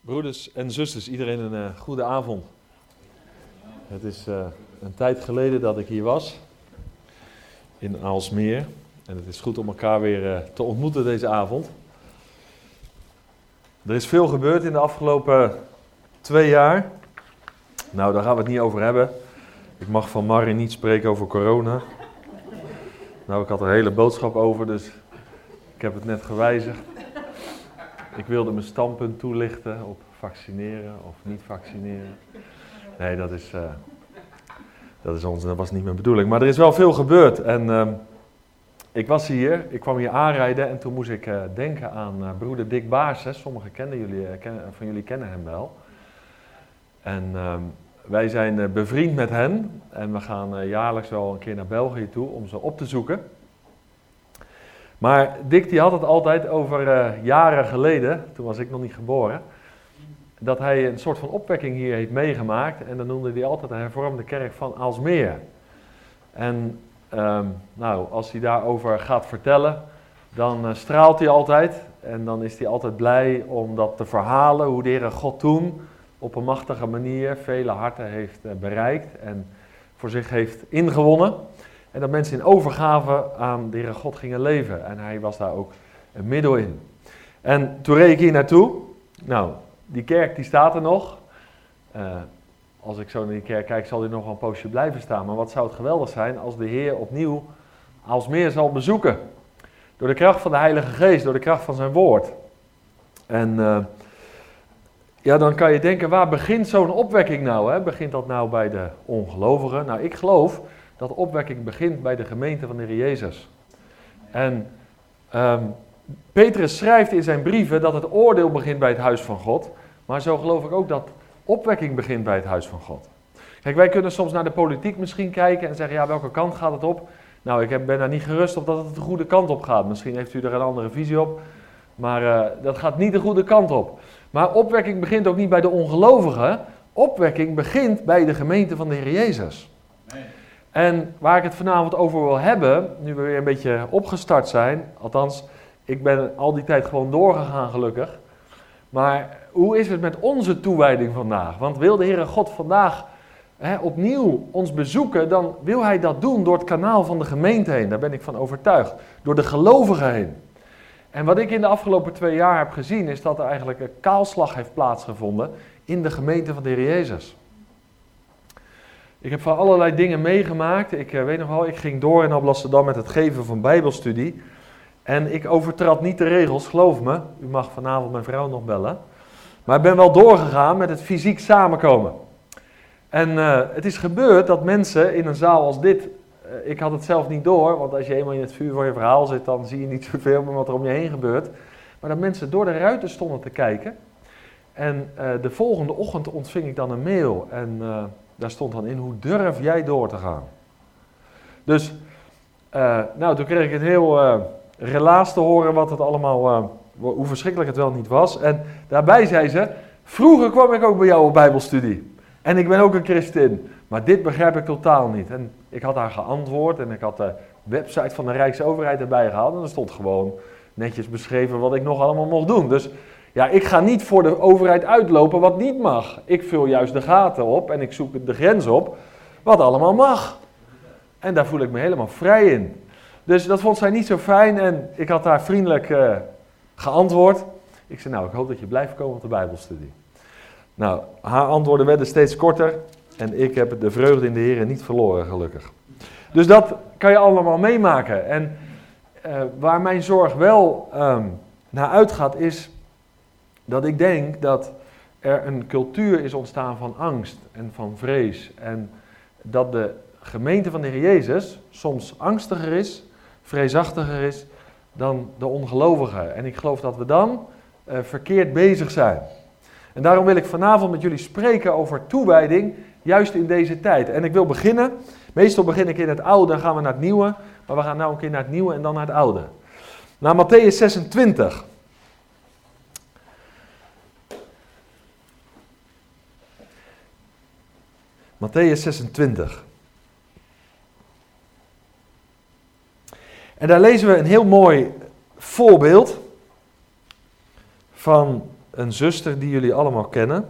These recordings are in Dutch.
Broeders en zusters, iedereen een goede avond. Het is een tijd geleden dat ik hier was, in Aalsmeer. En het is goed om elkaar weer te ontmoeten deze avond. Er is veel gebeurd in de afgelopen 2 jaar. Nou, daar gaan we het niet over hebben. Ik mag van Marie niet spreken over corona. Nou, ik had er een hele boodschap over, dus ik heb het net gewijzigd. Ik wilde mijn standpunt toelichten op vaccineren of niet vaccineren. Nee, dat is onzin, dat was niet mijn bedoeling. Maar er is wel veel gebeurd. En ik kwam hier aanrijden en toen moest ik denken aan broeder Dick Baars. Sommigen van jullie kennen hem wel. En wij zijn bevriend met hen. En we gaan jaarlijks wel een keer naar België toe om ze op te zoeken. Maar Dick die had het altijd over jaren geleden, toen was ik nog niet geboren, dat hij een soort van opwekking hier heeft meegemaakt. En dan noemde hij altijd de hervormde kerk van Aalsmeer. En als hij daarover gaat vertellen, dan straalt hij altijd. En dan is hij altijd blij om dat te verhalen, hoe de Heere God toen op een machtige manier vele harten heeft bereikt en voor zich heeft ingewonnen. En dat mensen in overgave aan de Heere God gingen leven. En hij was daar ook een middel in. En toen reed ik hier naartoe. Nou, die kerk die staat er nog. Als ik zo naar die kerk kijk, zal die nog wel een poosje blijven staan. Maar wat zou het geweldig zijn als de Heer opnieuw Aalsmeer zal bezoeken. Door de kracht van de Heilige Geest, door de kracht van zijn woord. En dan kan je denken, waar begint zo'n opwekking nou? Hè? Begint dat nou bij de ongelovigen? Nou, ik geloof dat opwekking begint bij de gemeente van de Heer Jezus. En Petrus schrijft in zijn brieven dat het oordeel begint bij het huis van God. Maar zo geloof ik ook dat opwekking begint bij het huis van God. Kijk, wij kunnen soms naar de politiek misschien kijken en zeggen, ja, welke kant gaat het op? Nou, ik ben daar niet gerust op dat het de goede kant op gaat. Misschien heeft u er een andere visie op, maar dat gaat niet de goede kant op. Maar opwekking begint ook niet bij de ongelovigen. Opwekking begint bij de gemeente van de Heer Jezus. Nee. En waar ik het vanavond over wil hebben, nu we weer een beetje opgestart zijn, althans, ik ben al die tijd gewoon doorgegaan gelukkig. Maar hoe is het met onze toewijding vandaag? Want wil de Heere God vandaag opnieuw ons bezoeken, dan wil hij dat doen door het kanaal van de gemeente heen. Daar ben ik van overtuigd. Door de gelovigen heen. En wat ik in de afgelopen 2 jaar heb gezien, is dat er eigenlijk een kaalslag heeft plaatsgevonden in de gemeente van de Heer Jezus. Ik heb van allerlei dingen meegemaakt. Ik weet nog wel, ik ging door in Alblasserdam met het geven van bijbelstudie. En ik overtrad niet de regels, geloof me. U mag vanavond mijn vrouw nog bellen. Maar ik ben wel doorgegaan met het fysiek samenkomen. En het is gebeurd dat mensen in een zaal als dit, ik had het zelf niet door, want als je eenmaal in het vuur van je verhaal zit, dan zie je niet zoveel meer wat er om je heen gebeurt. Maar dat mensen door de ruiten stonden te kijken. En de volgende ochtend ontving ik dan een mail en daar stond dan in, hoe durf jij door te gaan? Dus, toen kreeg ik een heel relaas te horen wat het allemaal, hoe verschrikkelijk het wel niet was. En daarbij zei ze, vroeger kwam ik ook bij jou op bijbelstudie. En ik ben ook een christen, maar dit begrijp ik totaal niet. En ik had haar geantwoord en ik had de website van de Rijksoverheid erbij gehaald. En er stond gewoon netjes beschreven wat ik nog allemaal mocht doen. Dus ja, ik ga niet voor de overheid uitlopen wat niet mag. Ik vul juist de gaten op en ik zoek de grens op wat allemaal mag. En daar voel ik me helemaal vrij in. Dus dat vond zij niet zo fijn en ik had haar vriendelijk geantwoord. Ik zei, nou, ik hoop dat je blijft komen op de bijbelstudie. Nou, haar antwoorden werden steeds korter en ik heb de vreugde in de Heer niet verloren, gelukkig. Dus dat kan je allemaal meemaken. En waar mijn zorg wel naar uitgaat is dat ik denk dat er een cultuur is ontstaan van angst en van vrees. En dat de gemeente van de Heer Jezus soms angstiger is, vreesachtiger is dan de ongelovigen. En ik geloof dat we dan verkeerd bezig zijn. En daarom wil ik vanavond met jullie spreken over toewijding, juist in deze tijd. En ik wil beginnen, meestal begin ik in het oude, dan gaan we naar het nieuwe. Maar we gaan nou een keer naar het nieuwe en dan naar het oude. Naar Mattheüs 26. Mattheüs 26. En daar lezen we een heel mooi voorbeeld van een zuster die jullie allemaal kennen,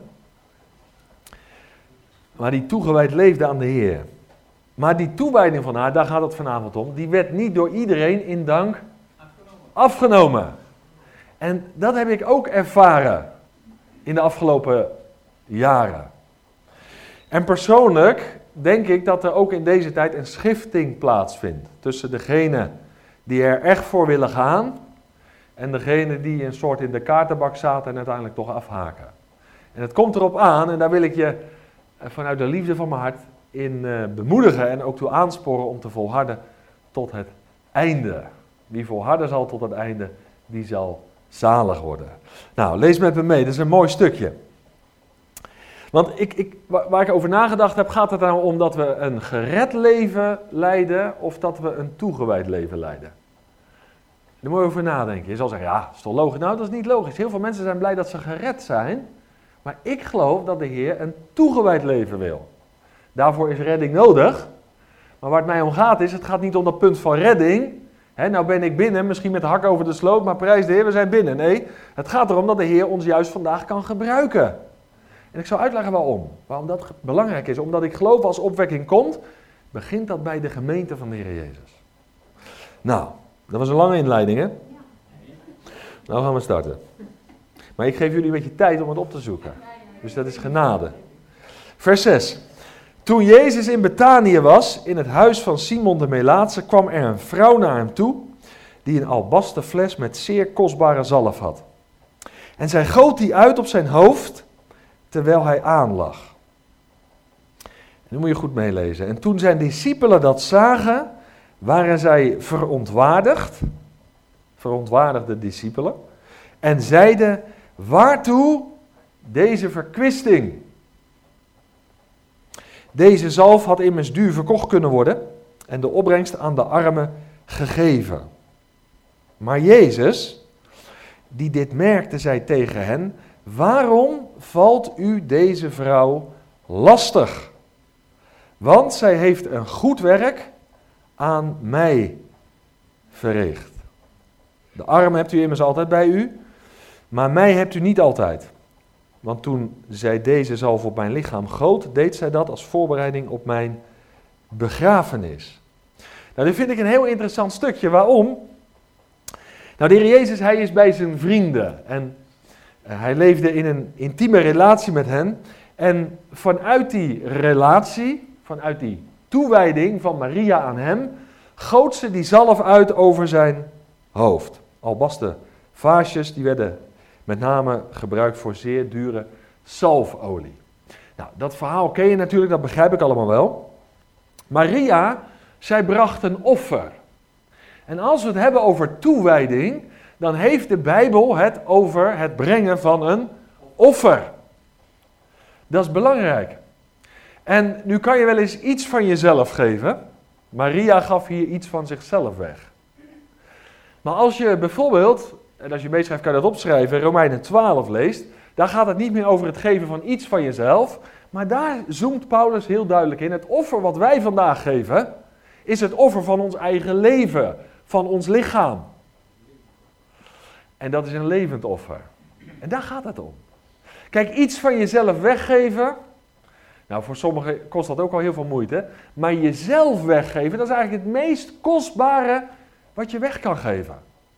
maar die toegewijd leefde aan de Heer. Maar die toewijding van haar, daar gaat het vanavond om, die werd niet door iedereen in dank afgenomen. En dat heb ik ook ervaren in de afgelopen jaren. En persoonlijk denk ik dat er ook in deze tijd een schifting plaatsvindt tussen degene die er echt voor willen gaan en degene die een soort in de kaartenbak zaten en uiteindelijk toch afhaken. En het komt erop aan, en daar wil ik je vanuit de liefde van mijn hart in bemoedigen en ook toe aansporen om te volharden tot het einde. Wie volharden zal tot het einde, die zal zalig worden. Nou, lees met me mee, dat is een mooi stukje. Want waar ik over nagedacht heb, gaat het nou om dat we een gered leven leiden of dat we een toegewijd leven leiden? Daar moet je over nadenken. Je zal zeggen, ja, dat is toch logisch? Nou, dat is niet logisch. Heel veel mensen zijn blij dat ze gered zijn. Maar ik geloof dat de Heer een toegewijd leven wil. Daarvoor is redding nodig. Maar waar het mij om gaat is, het gaat niet om dat punt van redding. Nou ben ik binnen, misschien met de hak over de sloot, maar prijs de Heer, we zijn binnen. Nee, het gaat erom dat de Heer ons juist vandaag kan gebruiken. En ik zal uitleggen waarom. Waarom dat belangrijk is. Omdat ik geloof als opwekking komt, begint dat bij de gemeente van de Heer Jezus. Nou, dat was een lange inleiding, hè? Nou gaan we starten. Maar ik geef jullie een beetje tijd om het op te zoeken. Dus dat is genade. Vers 6. Toen Jezus in Betanië was, in het huis van Simon de Melaatse, kwam er een vrouw naar hem toe, die een albasten fles met zeer kostbare zalf had. En zij goot die uit op zijn hoofd, terwijl hij aanlag. En nu moet je goed meelezen. En toen zijn discipelen dat zagen, waren zij verontwaardigde discipelen, en zeiden, waartoe deze verkwisting? Deze zalf had immers duur verkocht kunnen worden en de opbrengst aan de armen gegeven. Maar Jezus, die dit merkte, zei tegen hen, waarom valt u deze vrouw lastig? Want zij heeft een goed werk aan mij verricht. De armen hebt u immers altijd bij u, maar mij hebt u niet altijd. Want toen zij deze zalf op mijn lichaam goot, deed zij dat als voorbereiding op mijn begrafenis. Nou, dit vind ik een heel interessant stukje. Waarom? Nou, de Heer Jezus, hij is bij zijn vrienden. En hij leefde in een intieme relatie met hen. En vanuit die relatie, vanuit die toewijding van Maria aan hem, goot ze die zalf uit over zijn hoofd. Albasten vaasjes, die werden met name gebruikt voor zeer dure zalfolie. Nou, dat verhaal ken je natuurlijk, dat begrijp ik allemaal wel. Maria, zij bracht een offer. En als we het hebben over toewijding, dan heeft de Bijbel het over het brengen van een offer. Dat is belangrijk. En nu kan je wel eens iets van jezelf geven. Maria gaf hier iets van zichzelf weg. Maar als je bijvoorbeeld, en als je meeschrijft kan je dat opschrijven, Romeinen 12 leest, daar gaat het niet meer over het geven van iets van jezelf, maar daar zoomt Paulus heel duidelijk in. Het offer wat wij vandaag geven, is het offer van ons eigen leven, van ons lichaam. En dat is een levend offer. En daar gaat het om. Kijk, iets van jezelf weggeven, nou voor sommigen kost dat ook al heel veel moeite, maar jezelf weggeven, dat is eigenlijk het meest kostbare wat je weg kan geven.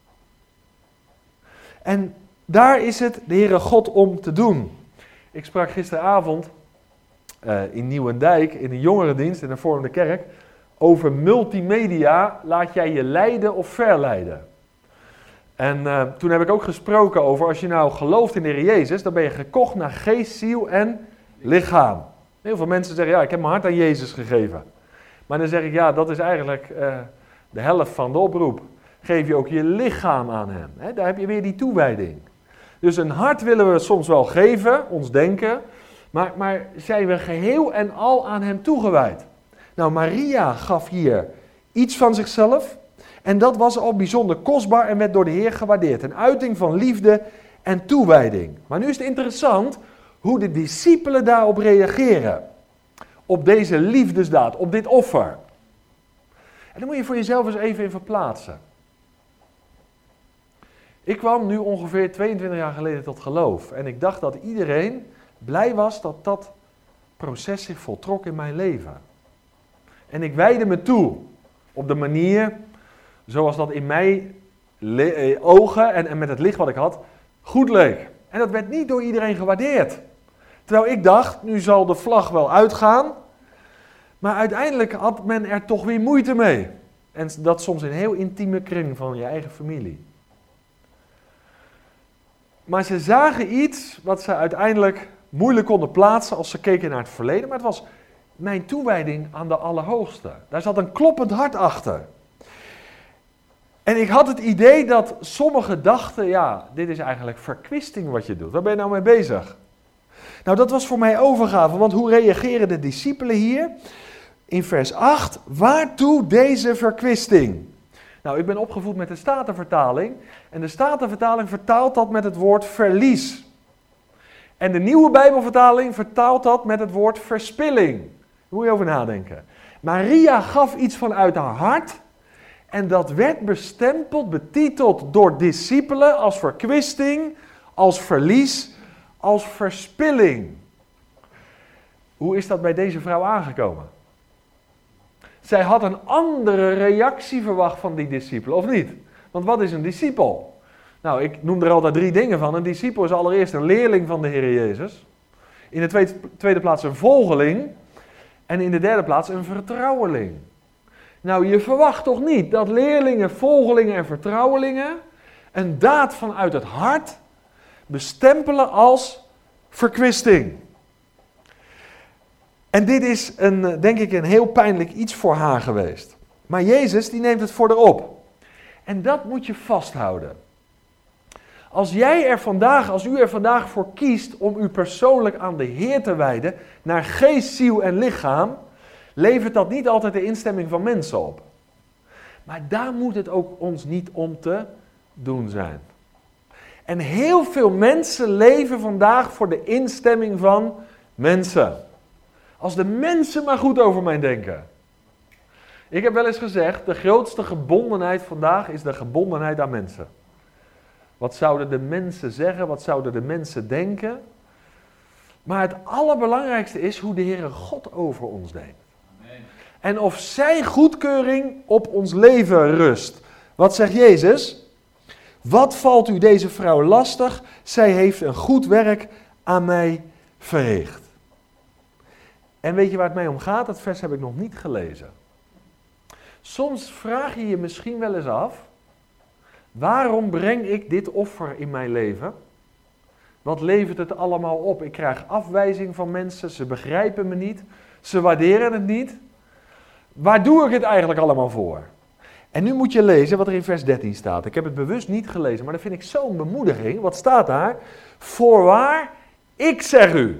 En daar is het de Heere God om te doen. Ik sprak gisteravond in Nieuwendijk, in een jongerendienst, in een vormde kerk, over multimedia, laat jij je leiden of verleiden? En toen heb ik ook gesproken over, als je nou gelooft in de Heer Jezus, dan ben je gekocht naar geest, ziel en lichaam. Heel veel mensen zeggen, ja, ik heb mijn hart aan Jezus gegeven. Maar dan zeg ik, ja, dat is eigenlijk de helft van de oproep. Geef je ook je lichaam aan hem. Hè? Daar heb je weer die toewijding. Dus een hart willen we soms wel geven, ons denken, maar zijn we geheel en al aan hem toegewijd? Nou, Maria gaf hier iets van zichzelf en dat was al bijzonder kostbaar en werd door de Heer gewaardeerd. Een uiting van liefde en toewijding. Maar nu is het interessant hoe de discipelen daarop reageren. Op deze liefdesdaad, op dit offer. En dan moet je voor jezelf eens even in verplaatsen. Ik kwam nu ongeveer 22 jaar geleden tot geloof. En ik dacht dat iedereen blij was dat dat proces zich voltrok in mijn leven. En ik wijdde me toe op de manier zoals dat in mijn ogen en met het licht wat ik had goed leek. En dat werd niet door iedereen gewaardeerd. Terwijl ik dacht, nu zal de vlag wel uitgaan. Maar uiteindelijk had men er toch weer moeite mee. En dat soms in een heel intieme kring van je eigen familie. Maar ze zagen iets wat ze uiteindelijk moeilijk konden plaatsen als ze keken naar het verleden. Maar het was mijn toewijding aan de Allerhoogste. Daar zat een kloppend hart achter. En ik had het idee dat sommigen dachten, ja, dit is eigenlijk verkwisting wat je doet. Waar ben je nou mee bezig? Nou, dat was voor mij overgave, want hoe reageren de discipelen hier? In vers 8, waartoe deze verkwisting? Nou, ik ben opgevoed met de Statenvertaling. En de Statenvertaling vertaalt dat met het woord verlies. En de Nieuwe Bijbelvertaling vertaalt dat met het woord verspilling. Daar moet je over nadenken. Maria gaf iets vanuit haar hart. En dat werd bestempeld, betiteld door discipelen als verkwisting, als verlies, als verspilling. Hoe is dat bij deze vrouw aangekomen? Zij had een andere reactie verwacht van die discipelen, of niet? Want wat is een discipel? Nou, ik noem er altijd 3 dingen van. Een discipel is allereerst een leerling van de Heer Jezus. In de tweede plaats een volgeling. En in de derde plaats een vertrouweling. Nou, je verwacht toch niet dat leerlingen, volgelingen en vertrouwelingen een daad vanuit het hart bestempelen als verkwisting. En dit is denk ik een heel pijnlijk iets voor haar geweest. Maar Jezus die neemt het voor haar op. En dat moet je vasthouden. Als u er vandaag voor kiest om u persoonlijk aan de Heer te wijden, naar geest, ziel en lichaam, levert dat niet altijd de instemming van mensen op. Maar daar moet het ook ons niet om te doen zijn. En heel veel mensen leven vandaag voor de instemming van mensen. Als de mensen maar goed over mij denken. Ik heb wel eens gezegd, de grootste gebondenheid vandaag is de gebondenheid aan mensen. Wat zouden de mensen zeggen? Wat zouden de mensen denken? Maar het allerbelangrijkste is hoe de Heere God over ons denkt. Amen. En of zijn goedkeuring op ons leven rust. Wat zegt Jezus? Wat valt u deze vrouw lastig? Zij heeft een goed werk aan mij verricht. En weet je waar het mij om gaat? Dat vers heb ik nog niet gelezen. Soms vraag je je misschien wel eens af, waarom breng ik dit offer in mijn leven? Wat levert het allemaal op? Ik krijg afwijzing van mensen, ze begrijpen me niet, ze waarderen het niet. Waar doe ik het eigenlijk allemaal voor? En nu moet je lezen wat er in vers 13 staat. Ik heb het bewust niet gelezen, maar dat vind ik zo'n bemoediging. Wat staat daar? Voorwaar, ik zeg u.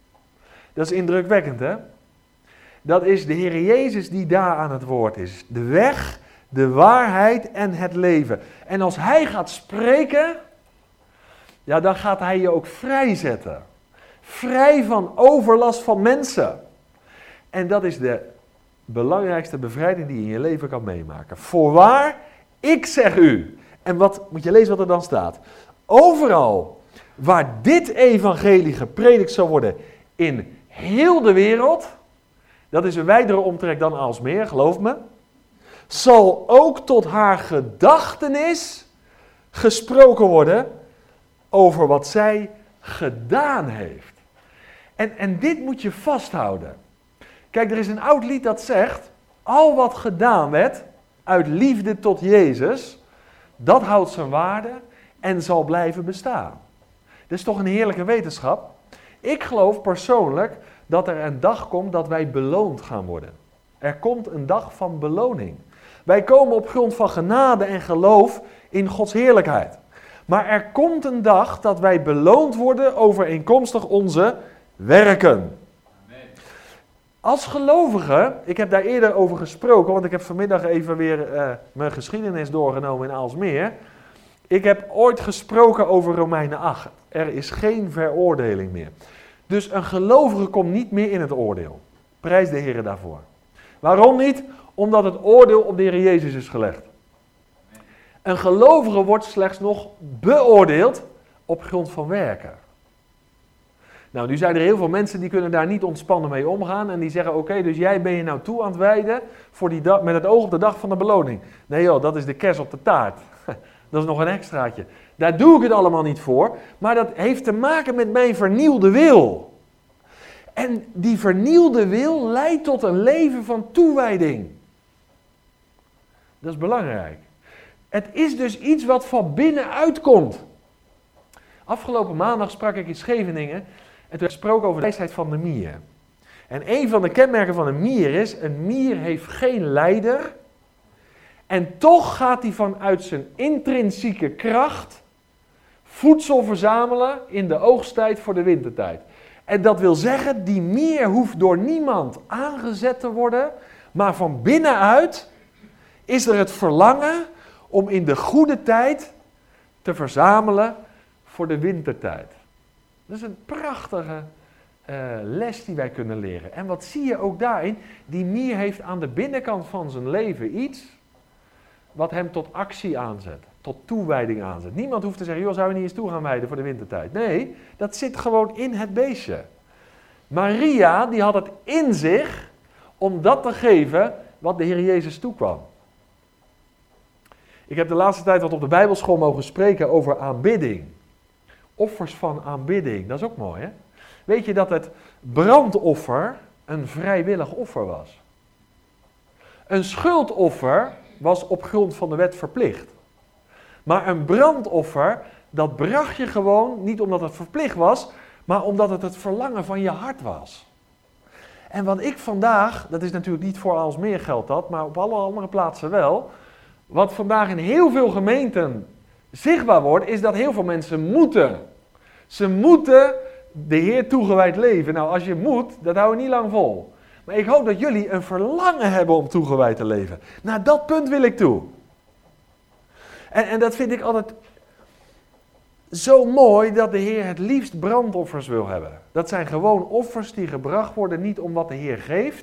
Dat is indrukwekkend, hè? Dat is de Heer Jezus die daar aan het woord is. De weg, de waarheid en het leven. En als hij gaat spreken, ja, dan gaat hij je ook vrijzetten. Vrij van overlast van mensen. En dat is de belangrijkste bevrijding die je in je leven kan meemaken. Voorwaar, ik zeg u. En wat moet je lezen wat er dan staat? Overal waar dit evangelie gepredikt zal worden in heel de wereld, dat is een wijdere omtrek dan Aalsmeer, geloof me, zal ook tot haar gedachtenis gesproken worden over wat zij gedaan heeft. En dit moet je vasthouden. Kijk, er is een oud lied dat zegt, al wat gedaan werd uit liefde tot Jezus, dat houdt zijn waarde en zal blijven bestaan. Dat is toch een heerlijke wetenschap? Ik geloof persoonlijk dat er een dag komt dat wij beloond gaan worden. Er komt een dag van beloning. Wij komen op grond van genade en geloof in Gods heerlijkheid. Maar er komt een dag dat wij beloond worden overeenkomstig onze werken. Amen. Als gelovige, ik heb daar eerder over gesproken, want ik heb vanmiddag even weer mijn geschiedenis doorgenomen in Aalsmeer. Ik heb ooit gesproken over Romeinen 8. Er is geen veroordeling meer. Dus een gelovige komt niet meer in het oordeel. Prijs de Heer daarvoor. Waarom niet? Omdat het oordeel op de Heer Jezus is gelegd. Een gelovige wordt slechts nog beoordeeld op grond van werken. Nou, nu zijn er heel veel mensen die kunnen daar niet ontspannen mee omgaan. En die zeggen, oké, dus jij ben je nou toe aan het wijden voor die dag, met het oog op de dag van de beloning. Nee joh, dat is de kers op de taart. Dat is nog een extraatje. Daar doe ik het allemaal niet voor. Maar dat heeft te maken met mijn vernieuwde wil. En die vernieuwde wil leidt tot een leven van toewijding. Dat is belangrijk. Het is dus iets wat van binnenuit komt. Afgelopen maandag sprak ik in Scheveningen en toen werd gesproken over de wijsheid van de mier. En een van de kenmerken van een mier is, een mier heeft geen leider en toch gaat hij vanuit zijn intrinsieke kracht voedsel verzamelen in de oogsttijd voor de wintertijd. En dat wil zeggen, die mier hoeft door niemand aangezet te worden, maar van binnenuit is er het verlangen om in de goede tijd te verzamelen voor de wintertijd. Dat is een prachtige les die wij kunnen leren. En wat zie je ook daarin? Die mier heeft aan de binnenkant van zijn leven iets wat hem tot actie aanzet, tot toewijding aanzet. Niemand hoeft te zeggen, joh, zou je niet eens toe gaan wijden voor de wintertijd? Nee, dat zit gewoon in het beestje. Maria, die had het in zich om dat te geven wat de Heer Jezus toekwam. Ik heb de laatste tijd wat op de Bijbelschool mogen spreken over aanbidding. Offers van aanbidding, dat is ook mooi, hè? Weet je dat het brandoffer een vrijwillig offer was? Een schuldoffer was op grond van de wet verplicht. Maar een brandoffer, dat bracht je gewoon, niet omdat het verplicht was, maar omdat het het verlangen van je hart was. En wat ik vandaag, dat is natuurlijk niet voor Aalsmeer geldt dat, maar op alle andere plaatsen wel. Wat vandaag in heel veel gemeenten zichtbaar wordt, is dat heel veel mensen moeten. Ze moeten de Heer toegewijd leven. Nou, als je moet, dat hou je niet lang vol. Maar ik hoop dat jullie een verlangen hebben om toegewijd te leven. Naar dat punt wil ik toe. En dat vind ik altijd zo mooi dat de Heer het liefst brandoffers wil hebben. Dat zijn gewoon offers die gebracht worden niet om wat de Heer geeft,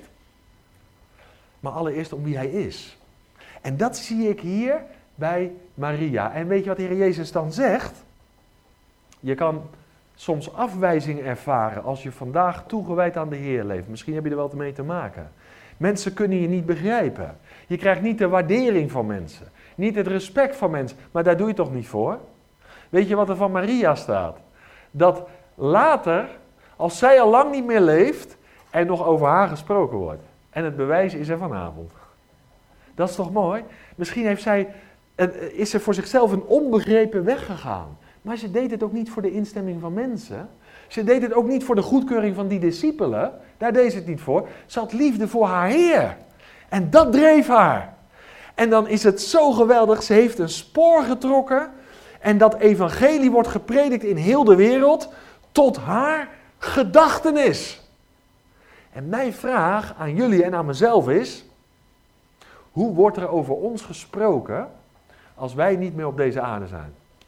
maar allereerst om wie Hij is. En dat zie ik hier bij Maria. En weet je wat de Heer Jezus dan zegt? Je kan soms afwijzing ervaren als je vandaag toegewijd aan de Heer leeft. Misschien heb je er wel mee te maken. Mensen kunnen je niet begrijpen. Je krijgt niet de waardering van mensen. Niet het respect van mensen. Maar daar doe je toch niet voor? Weet je wat er van Maria staat? Dat later, als zij al lang niet meer leeft, er nog over haar gesproken wordt. En het bewijs is er vanavond. Dat is toch mooi? Misschien is ze voor zichzelf een onbegrepen weg gegaan. Maar ze deed het ook niet voor de instemming van mensen. Ze deed het ook niet voor de goedkeuring van die discipelen. Daar deed ze het niet voor. Ze had liefde voor haar Heer. En dat dreef haar. En dan is het zo geweldig. Ze heeft een spoor getrokken. En dat evangelie wordt gepredikt in heel de wereld. Tot haar gedachtenis. En mijn vraag aan jullie en aan mezelf is: hoe wordt er over ons gesproken als wij niet meer op deze aarde zijn?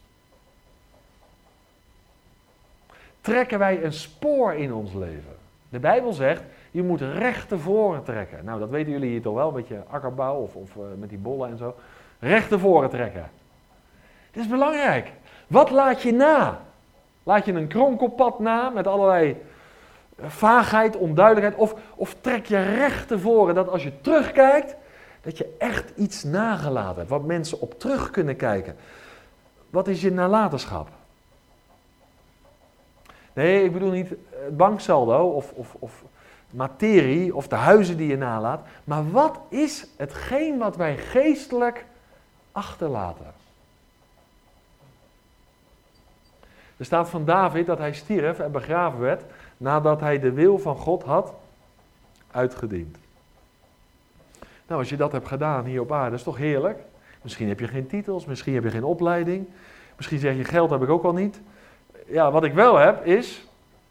Trekken wij een spoor in ons leven? De Bijbel zegt, je moet recht tevoren trekken. Nou, dat weten jullie hier toch wel, een beetje akkerbouw of met die bollen en zo. Recht tevoren trekken. Dit is belangrijk. Wat laat je na? Laat je een kronkelpad na met allerlei vaagheid, onduidelijkheid? Of trek je recht tevoren dat als je terugkijkt, dat je echt iets nagelaten hebt, wat mensen op terug kunnen kijken. Wat is je nalatenschap? Nee, ik bedoel niet het banksaldo of materie of de huizen die je nalaat. Maar wat is hetgeen wat wij geestelijk achterlaten? Er staat van David dat hij stierf en begraven werd nadat hij de wil van God had uitgediend. Nou, als je dat hebt gedaan hier op aarde, is toch heerlijk? Misschien heb je geen titels, misschien heb je geen opleiding. Misschien zeg je, geld heb ik ook al niet. Ja, wat ik wel heb is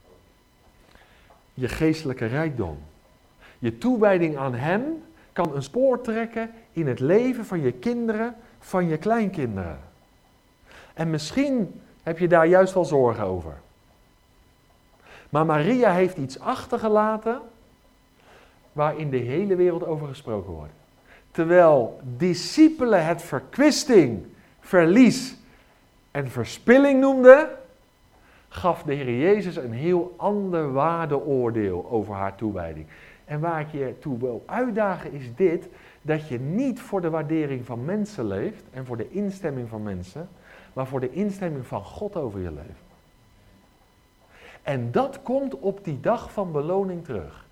je geestelijke rijkdom. Je toewijding aan Hem kan een spoor trekken in het leven van je kinderen, van je kleinkinderen. En misschien heb je daar juist wel zorgen over. Maar Maria heeft iets achtergelaten waar in de hele wereld over gesproken wordt. Terwijl discipelen het verkwisting verlies en verspilling noemde, gaf de Heer Jezus een heel ander waardeoordeel over haar toewijding. En waar ik je toe wil uitdagen is dit, dat je niet voor de waardering van mensen leeft en voor de instemming van mensen, maar voor de instemming van God over je leven. En dat komt op die dag van beloning terug.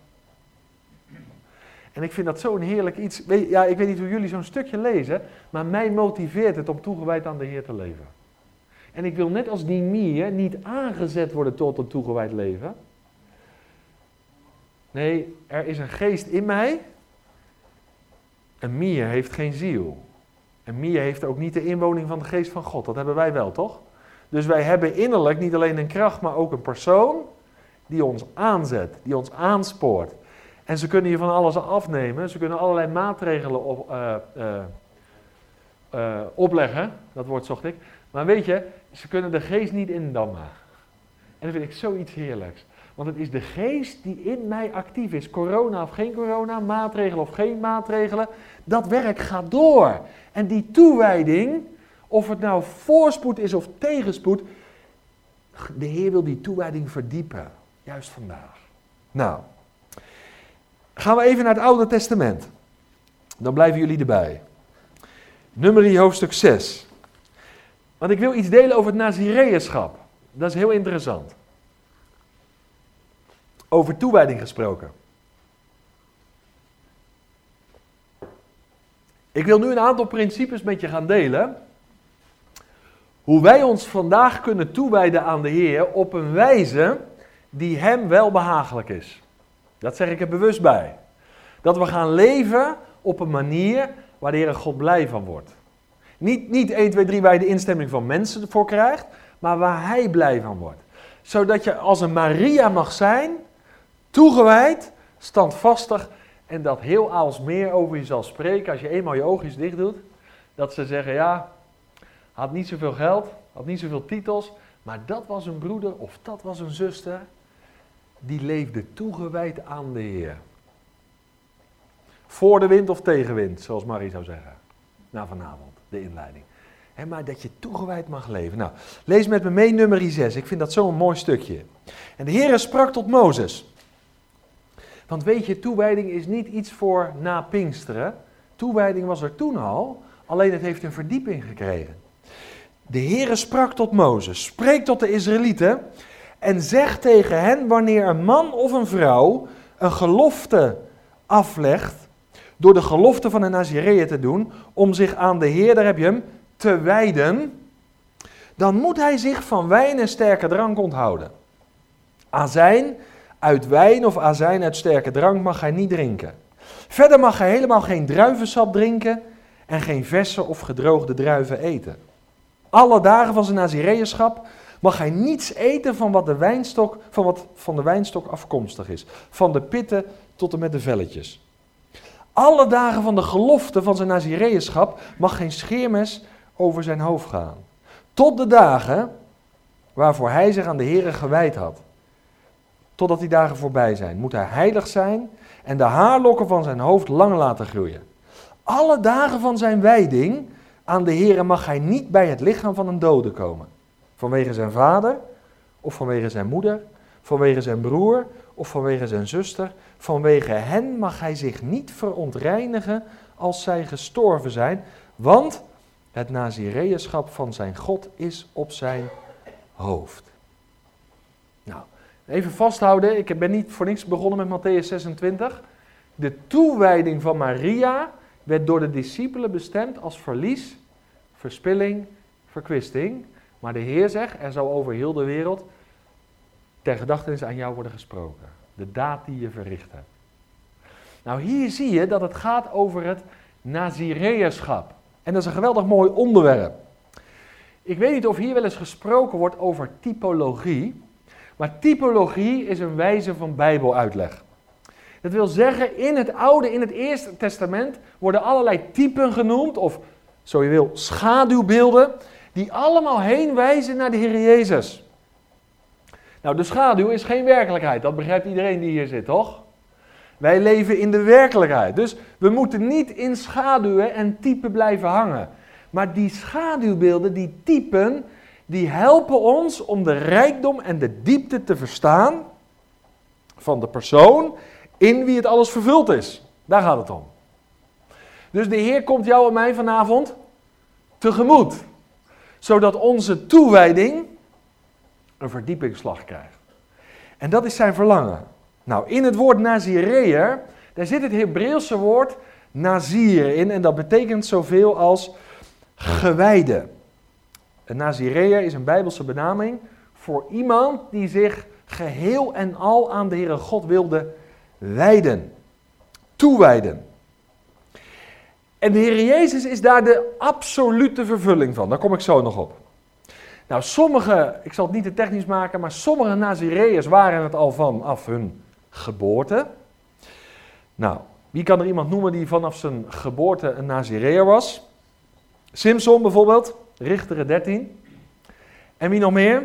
En ik vind dat zo'n heerlijk iets. Ja, ik weet niet hoe jullie zo'n stukje lezen, maar mij motiveert het om toegewijd aan de Heer te leven. En ik wil net als die mier niet aangezet worden tot een toegewijd leven. Nee, er is een geest in mij. Een mier heeft geen ziel. Een mier heeft ook niet de inwoning van de geest van God. Dat hebben wij wel, toch? Dus wij hebben innerlijk niet alleen een kracht, maar ook een persoon die ons aanzet, die ons aanspoort. En ze kunnen je van alles afnemen. Ze kunnen allerlei maatregelen opleggen. Dat woord zocht ik. Maar weet je, ze kunnen de geest niet indammen. En dat vind ik zoiets heerlijks. Want het is de geest die in mij actief is. Corona of geen corona, maatregelen of geen maatregelen. Dat werk gaat door. En die toewijding, of het nou voorspoed is of tegenspoed, de Heer wil die toewijding verdiepen. Juist vandaag. Nou, gaan we even naar het Oude Testament. Dan blijven jullie erbij. Numeri hoofdstuk 6. Want ik wil iets delen over het Nazireënschap. Dat is heel interessant. Over toewijding gesproken. Ik wil nu een aantal principes met je gaan delen. Hoe wij ons vandaag kunnen toewijden aan de Heer op een wijze die hem wel behagelijk is. Dat zeg ik er bewust bij. Dat we gaan leven op een manier waar de Heer God blij van wordt. Niet 1, 2, 3 waar je de instemming van mensen voor krijgt, maar waar hij blij van wordt. Zodat je als een Maria mag zijn, toegewijd, standvastig en dat heel Aalsmeer over je zal spreken als je eenmaal je oogjes dicht doet. Dat ze zeggen, ja, had niet zoveel geld, had niet zoveel titels, maar dat was een broeder of dat was een zuster, die leefde toegewijd aan de Heer. Voor de wind of tegenwind, zoals Marie zou zeggen. Na vanavond, de inleiding. Maar dat je toegewijd mag leven. Nou, lees met me mee Numeri 6. Ik vind dat zo'n mooi stukje. En de Heere sprak tot Mozes. Want weet je, toewijding is niet iets voor na Pinksteren. Toewijding was er toen al, alleen het heeft een verdieping gekregen. De Heere sprak tot Mozes. Spreek tot de Israëlieten en zeg tegen hen wanneer een man of een vrouw een gelofte aflegt, door de gelofte van een Nazireër te doen, om zich aan de Heer, daar heb je hem, te wijden, dan moet hij zich van wijn en sterke drank onthouden. Azijn uit wijn of azijn uit sterke drank mag hij niet drinken. Verder mag hij helemaal geen druivensap drinken en geen verse of gedroogde druiven eten. Alle dagen van zijn Nazireënschap mag hij niets eten van wat van de wijnstok afkomstig is. Van de pitten tot en met de velletjes. Alle dagen van de gelofte van zijn Nazireënschap mag geen scheermes over zijn hoofd gaan. Tot de dagen waarvoor hij zich aan de Heere gewijd had. Totdat die dagen voorbij zijn, moet hij heilig zijn en de haarlokken van zijn hoofd lang laten groeien. Alle dagen van zijn wijding aan de Heere mag hij niet bij het lichaam van een dode komen. Vanwege zijn vader, of vanwege zijn moeder, vanwege zijn broer, of vanwege zijn zuster. Vanwege hen mag hij zich niet verontreinigen als zij gestorven zijn, want het Nazireënschap van zijn God is op zijn hoofd. Nou, even vasthouden, ik ben niet voor niks begonnen met Mattheüs 26. De toewijding van Maria werd door de discipelen bestemd als verlies, verspilling, verkwisting. Maar de Heer zegt, er zal over heel de wereld ter gedachtenis aan jou worden gesproken. De daad die je verricht hebt. Nou, hier zie je dat het gaat over het Nazireënschap. En dat is een geweldig mooi onderwerp. Ik weet niet of hier wel eens gesproken wordt over typologie. Maar typologie is een wijze van bijbeluitleg. Dat wil zeggen, in het Oude, in het Eerste Testament worden allerlei typen genoemd, of zo je wil, schaduwbeelden, die allemaal heen wijzen naar de Heer Jezus. Nou, de schaduw is geen werkelijkheid, dat begrijpt iedereen die hier zit, toch? Wij leven in de werkelijkheid, dus we moeten niet in schaduwen en typen blijven hangen. Maar die schaduwbeelden, die typen, die helpen ons om de rijkdom en de diepte te verstaan van de persoon in wie het alles vervuld is. Daar gaat het om. Dus de Heer komt jou en mij vanavond tegemoet. Zodat onze toewijding een verdiepingsslag krijgt. En dat is zijn verlangen. Nou, in het woord Nazireër, daar zit het Hebreeuwse woord Nazir in. En dat betekent zoveel als gewijde. Een Nazireër is een Bijbelse benaming voor iemand die zich geheel en al aan de Heere God wilde wijden. Toewijden. En de Heer Jezus is daar de absolute vervulling van. Daar kom ik zo nog op. Nou, sommige, ik zal het niet te technisch maken, maar sommige Nazireërs waren het al vanaf hun geboorte. Nou, wie kan er iemand noemen die vanaf zijn geboorte een Nazireër was? Simson bijvoorbeeld, Richteren 13. En wie nog meer?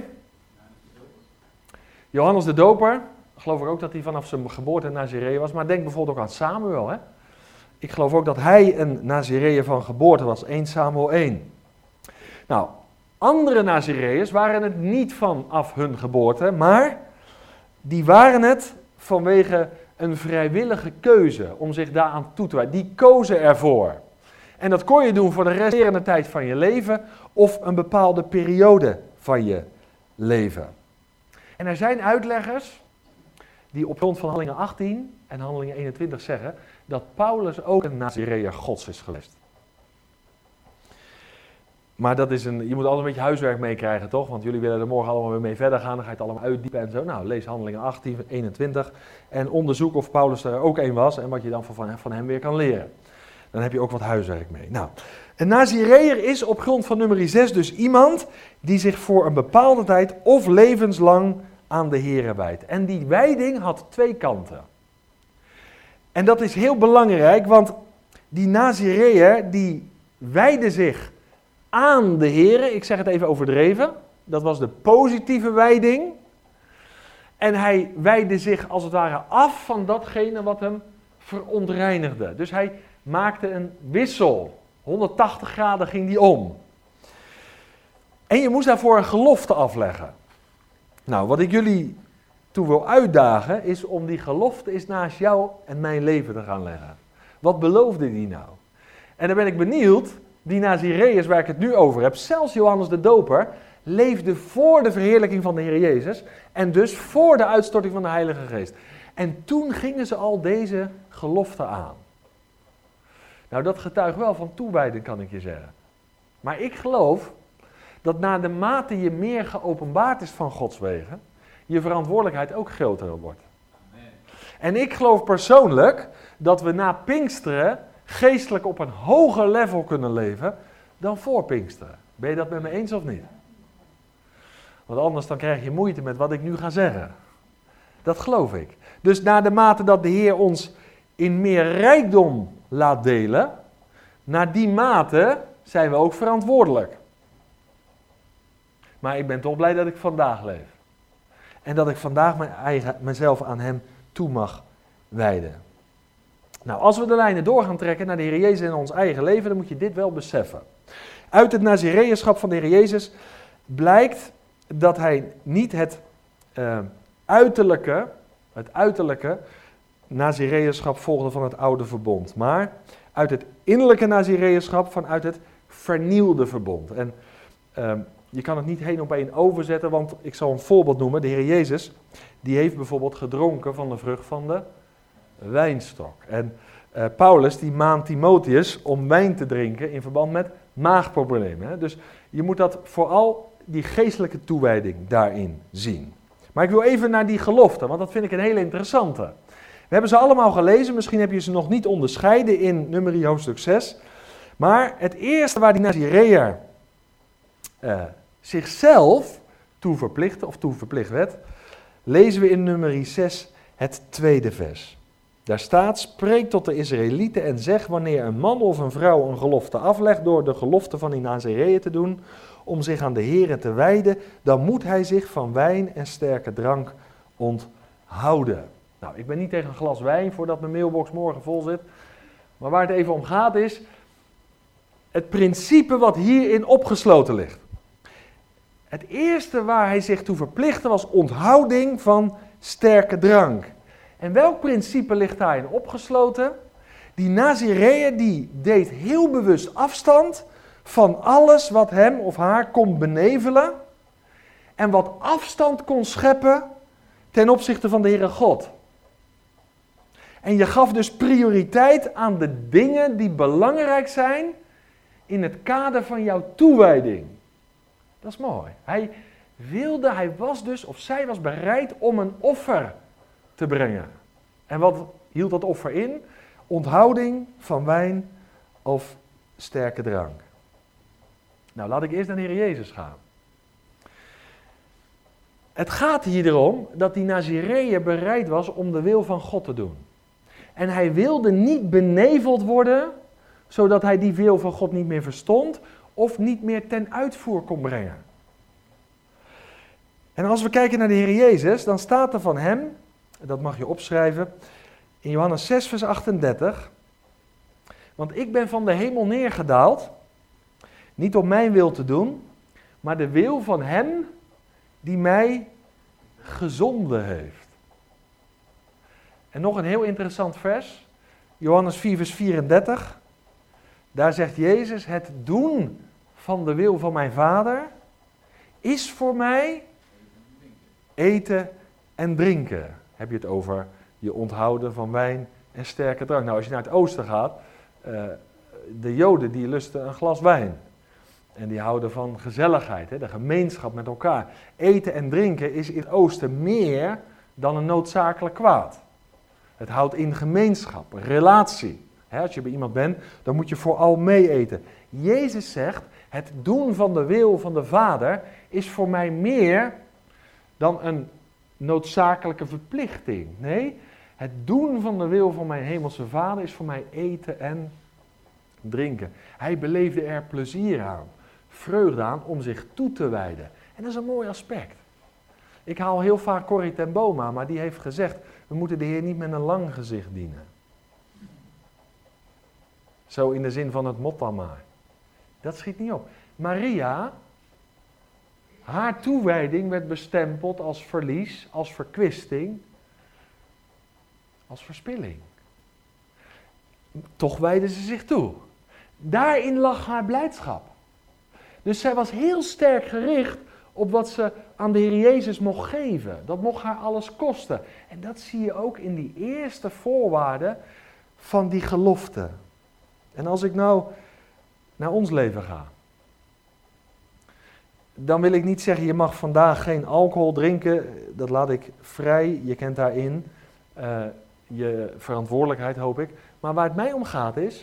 Johannes de Doper. Geloof ik ook dat hij vanaf zijn geboorte een Nazireër was. Maar denk bijvoorbeeld ook aan Samuel. Hè? Ik geloof ook dat hij een Nazireër van geboorte was. 1 Samuel 1. Nou, andere Nazireërs waren het niet vanaf hun geboorte. Maar die waren het vanwege een vrijwillige keuze om zich daaraan toe te wijden. Die kozen ervoor. En dat kon je doen voor de resterende tijd van je leven of een bepaalde periode van je leven. En er zijn uitleggers die op grond van Handelingen 18 en Handelingen 21 zeggen dat Paulus ook een Nazireër Gods is geweest. Maar dat is je moet altijd een beetje huiswerk meekrijgen, toch? Want jullie willen er morgen allemaal weer mee verder gaan, dan ga je het allemaal uitdiepen en zo. Nou, lees Handelingen 18, 21 en onderzoek of Paulus er ook een was en wat je dan van hem weer kan leren. Dan heb je ook wat huiswerk mee. Nou, een Nazireër is op grond van nummer 6 dus iemand die zich voor een bepaalde tijd of levenslang aan de Here wijdt. En die wijding had 2 kanten. En dat is heel belangrijk, want die Nazireër die wijdde zich aan de Here. Ik zeg het even overdreven. Dat was de positieve wijding. En hij wijdde zich als het ware af van datgene wat hem verontreinigde. Dus hij maakte een wissel. 180 graden ging die om. En je moest daarvoor een gelofte afleggen. Nou, wat ik jullie toe wil uitdagen is om die gelofte eens naast jou en mijn leven te gaan leggen. Wat beloofde die nou? En dan ben ik benieuwd, die Nazireërs waar ik het nu over heb, zelfs Johannes de Doper, leefde voor de verheerlijking van de Heer Jezus en dus voor de uitstorting van de Heilige Geest. En toen gingen ze al deze gelofte aan. Nou, dat getuigt wel van toewijding, kan ik je zeggen. Maar ik geloof dat naarmate je meer geopenbaard is van Gods wegen, je verantwoordelijkheid ook groter wordt. Amen. En ik geloof persoonlijk dat we na Pinksteren geestelijk op een hoger level kunnen leven dan voor Pinksteren. Ben je dat met me eens of niet? Want anders dan krijg je moeite met wat ik nu ga zeggen. Dat geloof ik. Dus naar de mate dat de Heer ons in meer rijkdom laat delen, naar die mate zijn we ook verantwoordelijk. Maar ik ben toch blij dat ik vandaag leef. En dat ik vandaag mezelf aan hem toe mag wijden. Nou, als we de lijnen door gaan trekken naar de Heer Jezus in ons eigen leven, dan moet je dit wel beseffen. Uit het Nazireërschap van de Heer Jezus blijkt dat hij niet het uiterlijke Nazireërschap volgde van het oude verbond, maar uit het innerlijke Nazireërschap vanuit het vernieuwde verbond. En je kan het niet heen op één overzetten, want ik zal een voorbeeld noemen. De Heer Jezus, die heeft bijvoorbeeld gedronken van de vrucht van de wijnstok. En Paulus, die maant Timotheus om wijn te drinken in verband met maagproblemen. Hè? Dus je moet dat vooral, die geestelijke toewijding daarin zien. Maar ik wil even naar die gelofte, want dat vind ik een hele interessante. We hebben ze allemaal gelezen, misschien heb je ze nog niet onderscheiden in Numeri hoofdstuk 6. Maar het eerste waar die Nazireër zichzelf toe verplicht werd, lezen we in Numeri 6 het 2e vers. Daar staat, spreek tot de Israëlieten en zeg wanneer een man of een vrouw een gelofte aflegt door de gelofte van die Nazireër te doen, om zich aan de Here te wijden, dan moet hij zich van wijn en sterke drank onthouden. Nou, ik ben niet tegen een glas wijn voordat mijn mailbox morgen vol zit. Maar waar het even om gaat is, het principe wat hierin opgesloten ligt. Het eerste waar hij zich toe verplichtte was onthouding van sterke drank. En welk principe ligt daarin opgesloten? Die Nazireeën die deed heel bewust afstand van alles wat hem of haar kon benevelen en wat afstand kon scheppen ten opzichte van de Heere God. En je gaf dus prioriteit aan de dingen die belangrijk zijn in het kader van jouw toewijding. Dat is mooi. Hij was dus, of zij was bereid om een offer te brengen. En wat hield dat offer in? Onthouding van wijn of sterke drank. Nou, laat ik eerst naar de Heer Jezus gaan. Het gaat hier erom dat die Nazireeër bereid was om de wil van God te doen. En hij wilde niet beneveld worden, zodat hij die wil van God niet meer verstond of niet meer ten uitvoer kon brengen. En als we kijken naar de Heer Jezus, dan staat er van hem, dat mag je opschrijven, in Johannes 6 vers 38. Want ik ben van de hemel neergedaald, niet om mijn wil te doen, maar de wil van hem die mij gezonden heeft. En nog een heel interessant vers, Johannes 4 vers 34. Daar zegt Jezus, het doen van de wil van mijn Vader is voor mij eten en drinken. Heb je het over je onthouden van wijn en sterke drank. Nou, als je naar het oosten gaat, de Joden die lusten een glas wijn. En die houden van gezelligheid, de gemeenschap met elkaar. Eten en drinken is in het oosten meer dan een noodzakelijk kwaad. Het houdt in gemeenschap, relatie. Als je bij iemand bent, dan moet je vooral mee eten. Jezus zegt, het doen van de wil van de Vader is voor mij meer dan een noodzakelijke verplichting. Nee, het doen van de wil van mijn hemelse Vader is voor mij eten en drinken. Hij beleefde er plezier aan, vreugde aan om zich toe te wijden. En dat is een mooi aspect. Ik haal heel vaak Corrie ten Boma, maar die heeft gezegd, we moeten de Heer niet met een lang gezicht dienen. Zo in de zin van het mot dan maar. Dat schiet niet op. Maria, haar toewijding werd bestempeld als verlies, als verkwisting, als verspilling. Toch wijdde ze zich toe. Daarin lag haar blijdschap. Dus zij was heel sterk gericht op wat ze aan de Heer Jezus mocht geven. Dat mocht haar alles kosten. En dat zie je ook in die eerste voorwaarden van die gelofte. En als ik nou naar ons leven ga, dan wil ik niet zeggen, je mag vandaag geen alcohol drinken, dat laat ik vrij, je kent daarin je verantwoordelijkheid, hoop ik. Maar waar het mij om gaat is,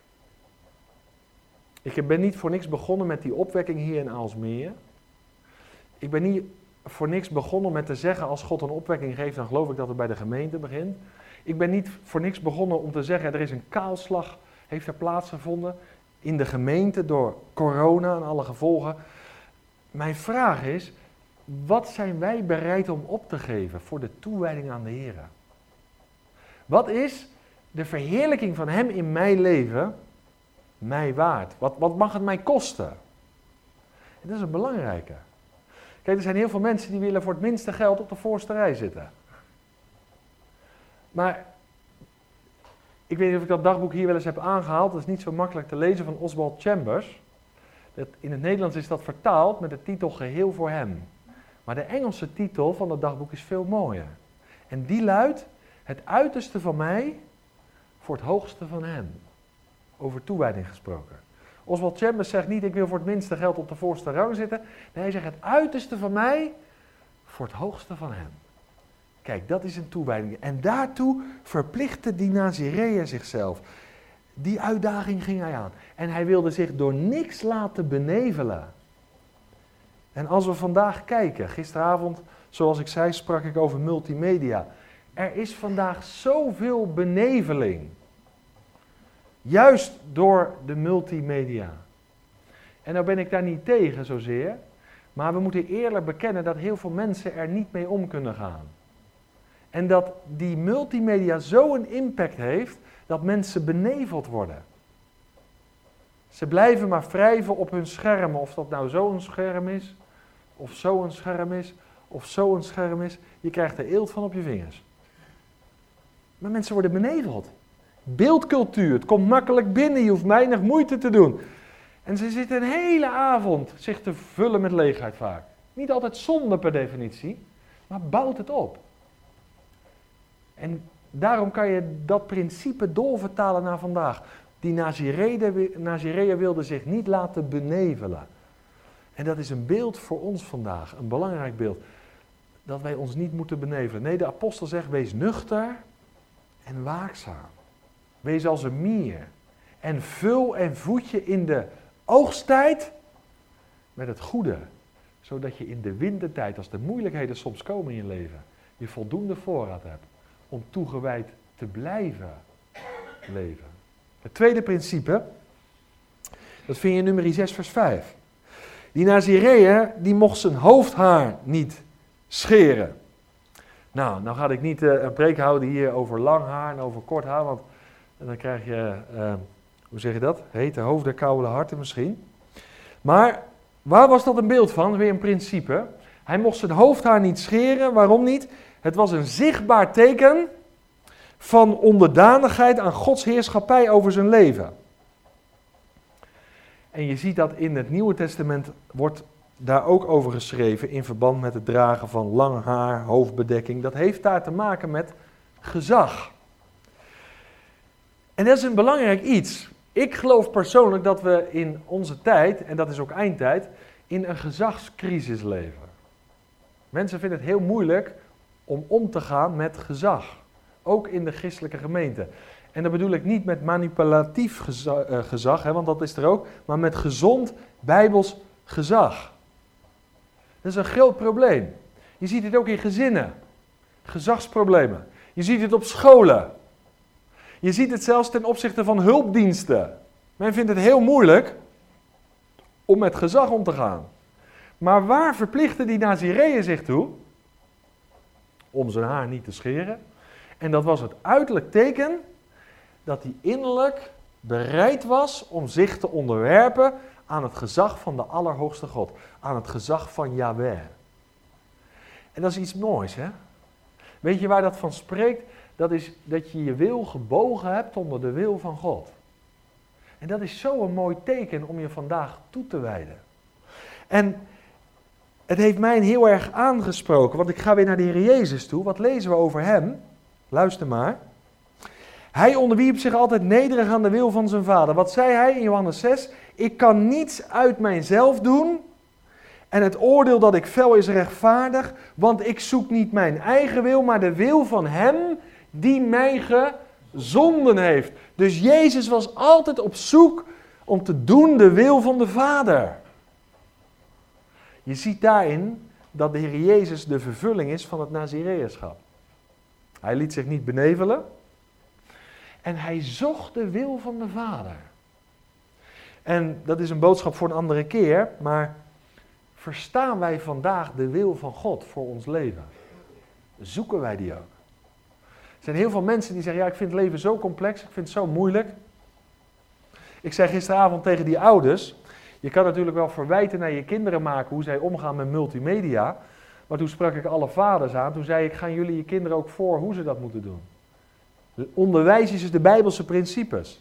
ik ben niet voor niks begonnen met die opwekking hier in Aalsmeer. Ik ben niet voor niks begonnen met te zeggen, als God een opwekking geeft, dan geloof ik dat het bij de gemeente begint. Ik ben niet voor niks begonnen om te zeggen, er is een kaalslag, heeft er plaatsgevonden in de gemeente door corona en alle gevolgen. Mijn vraag is, wat zijn wij bereid om op te geven voor de toewijding aan de Heer? Wat is de verheerlijking van Hem in mijn leven mij waard? Wat mag het mij kosten? En dat is een belangrijke. Kijk, er zijn heel veel mensen die willen voor het minste geld op de voorste rij zitten. Maar ik weet niet of ik dat dagboek hier wel eens heb aangehaald. Dat is niet zo makkelijk te lezen, van Oswald Chambers. In het Nederlands is dat vertaald met de titel Geheel voor Hem. Maar de Engelse titel van het dagboek is veel mooier. En die luidt, het uiterste van mij voor het hoogste van Hem. Over toewijding gesproken. Oswald Chambers zegt niet, ik wil voor het minste geld op de voorste rang zitten. Nee, hij zegt, het uiterste van mij voor het hoogste van Hem. Kijk, dat is een toewijding. En daartoe verplichtte die Nazireeër zichzelf. Die uitdaging ging hij aan. En hij wilde zich door niks laten benevelen. En als we vandaag kijken, gisteravond, zoals ik zei, sprak ik over multimedia. Er is vandaag zoveel beneveling. Juist door de multimedia. En nou ben ik daar niet tegen zozeer. Maar we moeten eerlijk bekennen dat heel veel mensen er niet mee om kunnen gaan. En dat die multimedia zo'n impact heeft dat mensen beneveld worden. Ze blijven maar wrijven op hun schermen. Of dat nou zo'n scherm is, of zo'n scherm is, of zo'n scherm is. Je krijgt er eelt van op je vingers. Maar mensen worden beneveld. Beeldcultuur, het komt makkelijk binnen, je hoeft weinig moeite te doen. En ze zitten een hele avond zich te vullen met leegheid vaak. Niet altijd zonde per definitie, maar bouwt het op. En daarom kan je dat principe doorvertalen naar vandaag. Die Nazireeën wilden zich niet laten benevelen. En dat is een beeld voor ons vandaag, een belangrijk beeld. Dat wij ons niet moeten benevelen. Nee, de apostel zegt, wees nuchter en waakzaam. Wees als een mier. En vul en voed je in de oogsttijd met het goede. Zodat je in de wintertijd, als de moeilijkheden soms komen in je leven, je voldoende voorraad hebt om toegewijd te blijven leven. Het tweede principe, dat vind je in nummer 6 vers 5. Die Nazireeën, die mocht zijn hoofdhaar niet scheren. Nou ga ik niet een preek houden hier over lang haar en over kort haar, want dan krijg je, hoe zeg je dat? Hete hoofden, koude harten misschien. Maar waar was dat een beeld van? Weer een principe. Hij mocht zijn hoofdhaar niet scheren, waarom niet? Het was een zichtbaar teken van onderdanigheid aan Gods heerschappij over zijn leven. En je ziet dat in het Nieuwe Testament wordt daar ook over geschreven in verband met het dragen van lang haar, hoofdbedekking. Dat heeft daar te maken met gezag. En dat is een belangrijk iets. Ik geloof persoonlijk dat we in onze tijd, en dat is ook eindtijd, in een gezagscrisis leven. Mensen vinden het heel moeilijk om te gaan met gezag. Ook in de christelijke gemeente. En dat bedoel ik niet met manipulatief gezag, want dat is er ook, maar met gezond bijbels gezag. Dat is een groot probleem. Je ziet het ook in gezinnen. Gezagsproblemen. Je ziet het op scholen. Je ziet het zelfs ten opzichte van hulpdiensten. Men vindt het heel moeilijk om met gezag om te gaan. Maar waar verplichten die Nazireeën zich toe? Om zijn haar niet te scheren. En dat was het uiterlijk teken dat hij innerlijk bereid was om zich te onderwerpen aan het gezag van de Allerhoogste God. Aan het gezag van Yahweh. En dat is iets moois, hè? Weet je waar dat van spreekt? Dat is dat je je wil gebogen hebt onder de wil van God. En dat is zo'n mooi teken om je vandaag toe te wijden. En het heeft mij heel erg aangesproken, want ik ga weer naar de Heer Jezus toe. Wat lezen we over hem? Luister maar. Hij onderwierp zich altijd nederig aan de wil van zijn vader. Wat zei hij in Johannes 6? Ik kan niets uit mijzelf doen. En het oordeel dat ik vel is rechtvaardig. Want ik zoek niet mijn eigen wil, maar de wil van hem die mij gezonden heeft. Dus Jezus was altijd op zoek om te doen de wil van de Vader. Je ziet daarin dat de Heer Jezus de vervulling is van het Nazireënschap. Hij liet zich niet benevelen. En hij zocht de wil van de Vader. En dat is een boodschap voor een andere keer, maar verstaan wij vandaag de wil van God voor ons leven? Zoeken wij die ook? Er zijn heel veel mensen die zeggen, ja, ik vind het leven zo complex, ik vind het zo moeilijk. Ik zei gisteravond tegen die ouders, je kan natuurlijk wel verwijten naar je kinderen maken hoe zij omgaan met multimedia. Maar toen sprak ik alle vaders aan, toen zei ik, gaan jullie je kinderen ook voor hoe ze dat moeten doen? Onderwijs is dus de Bijbelse principes.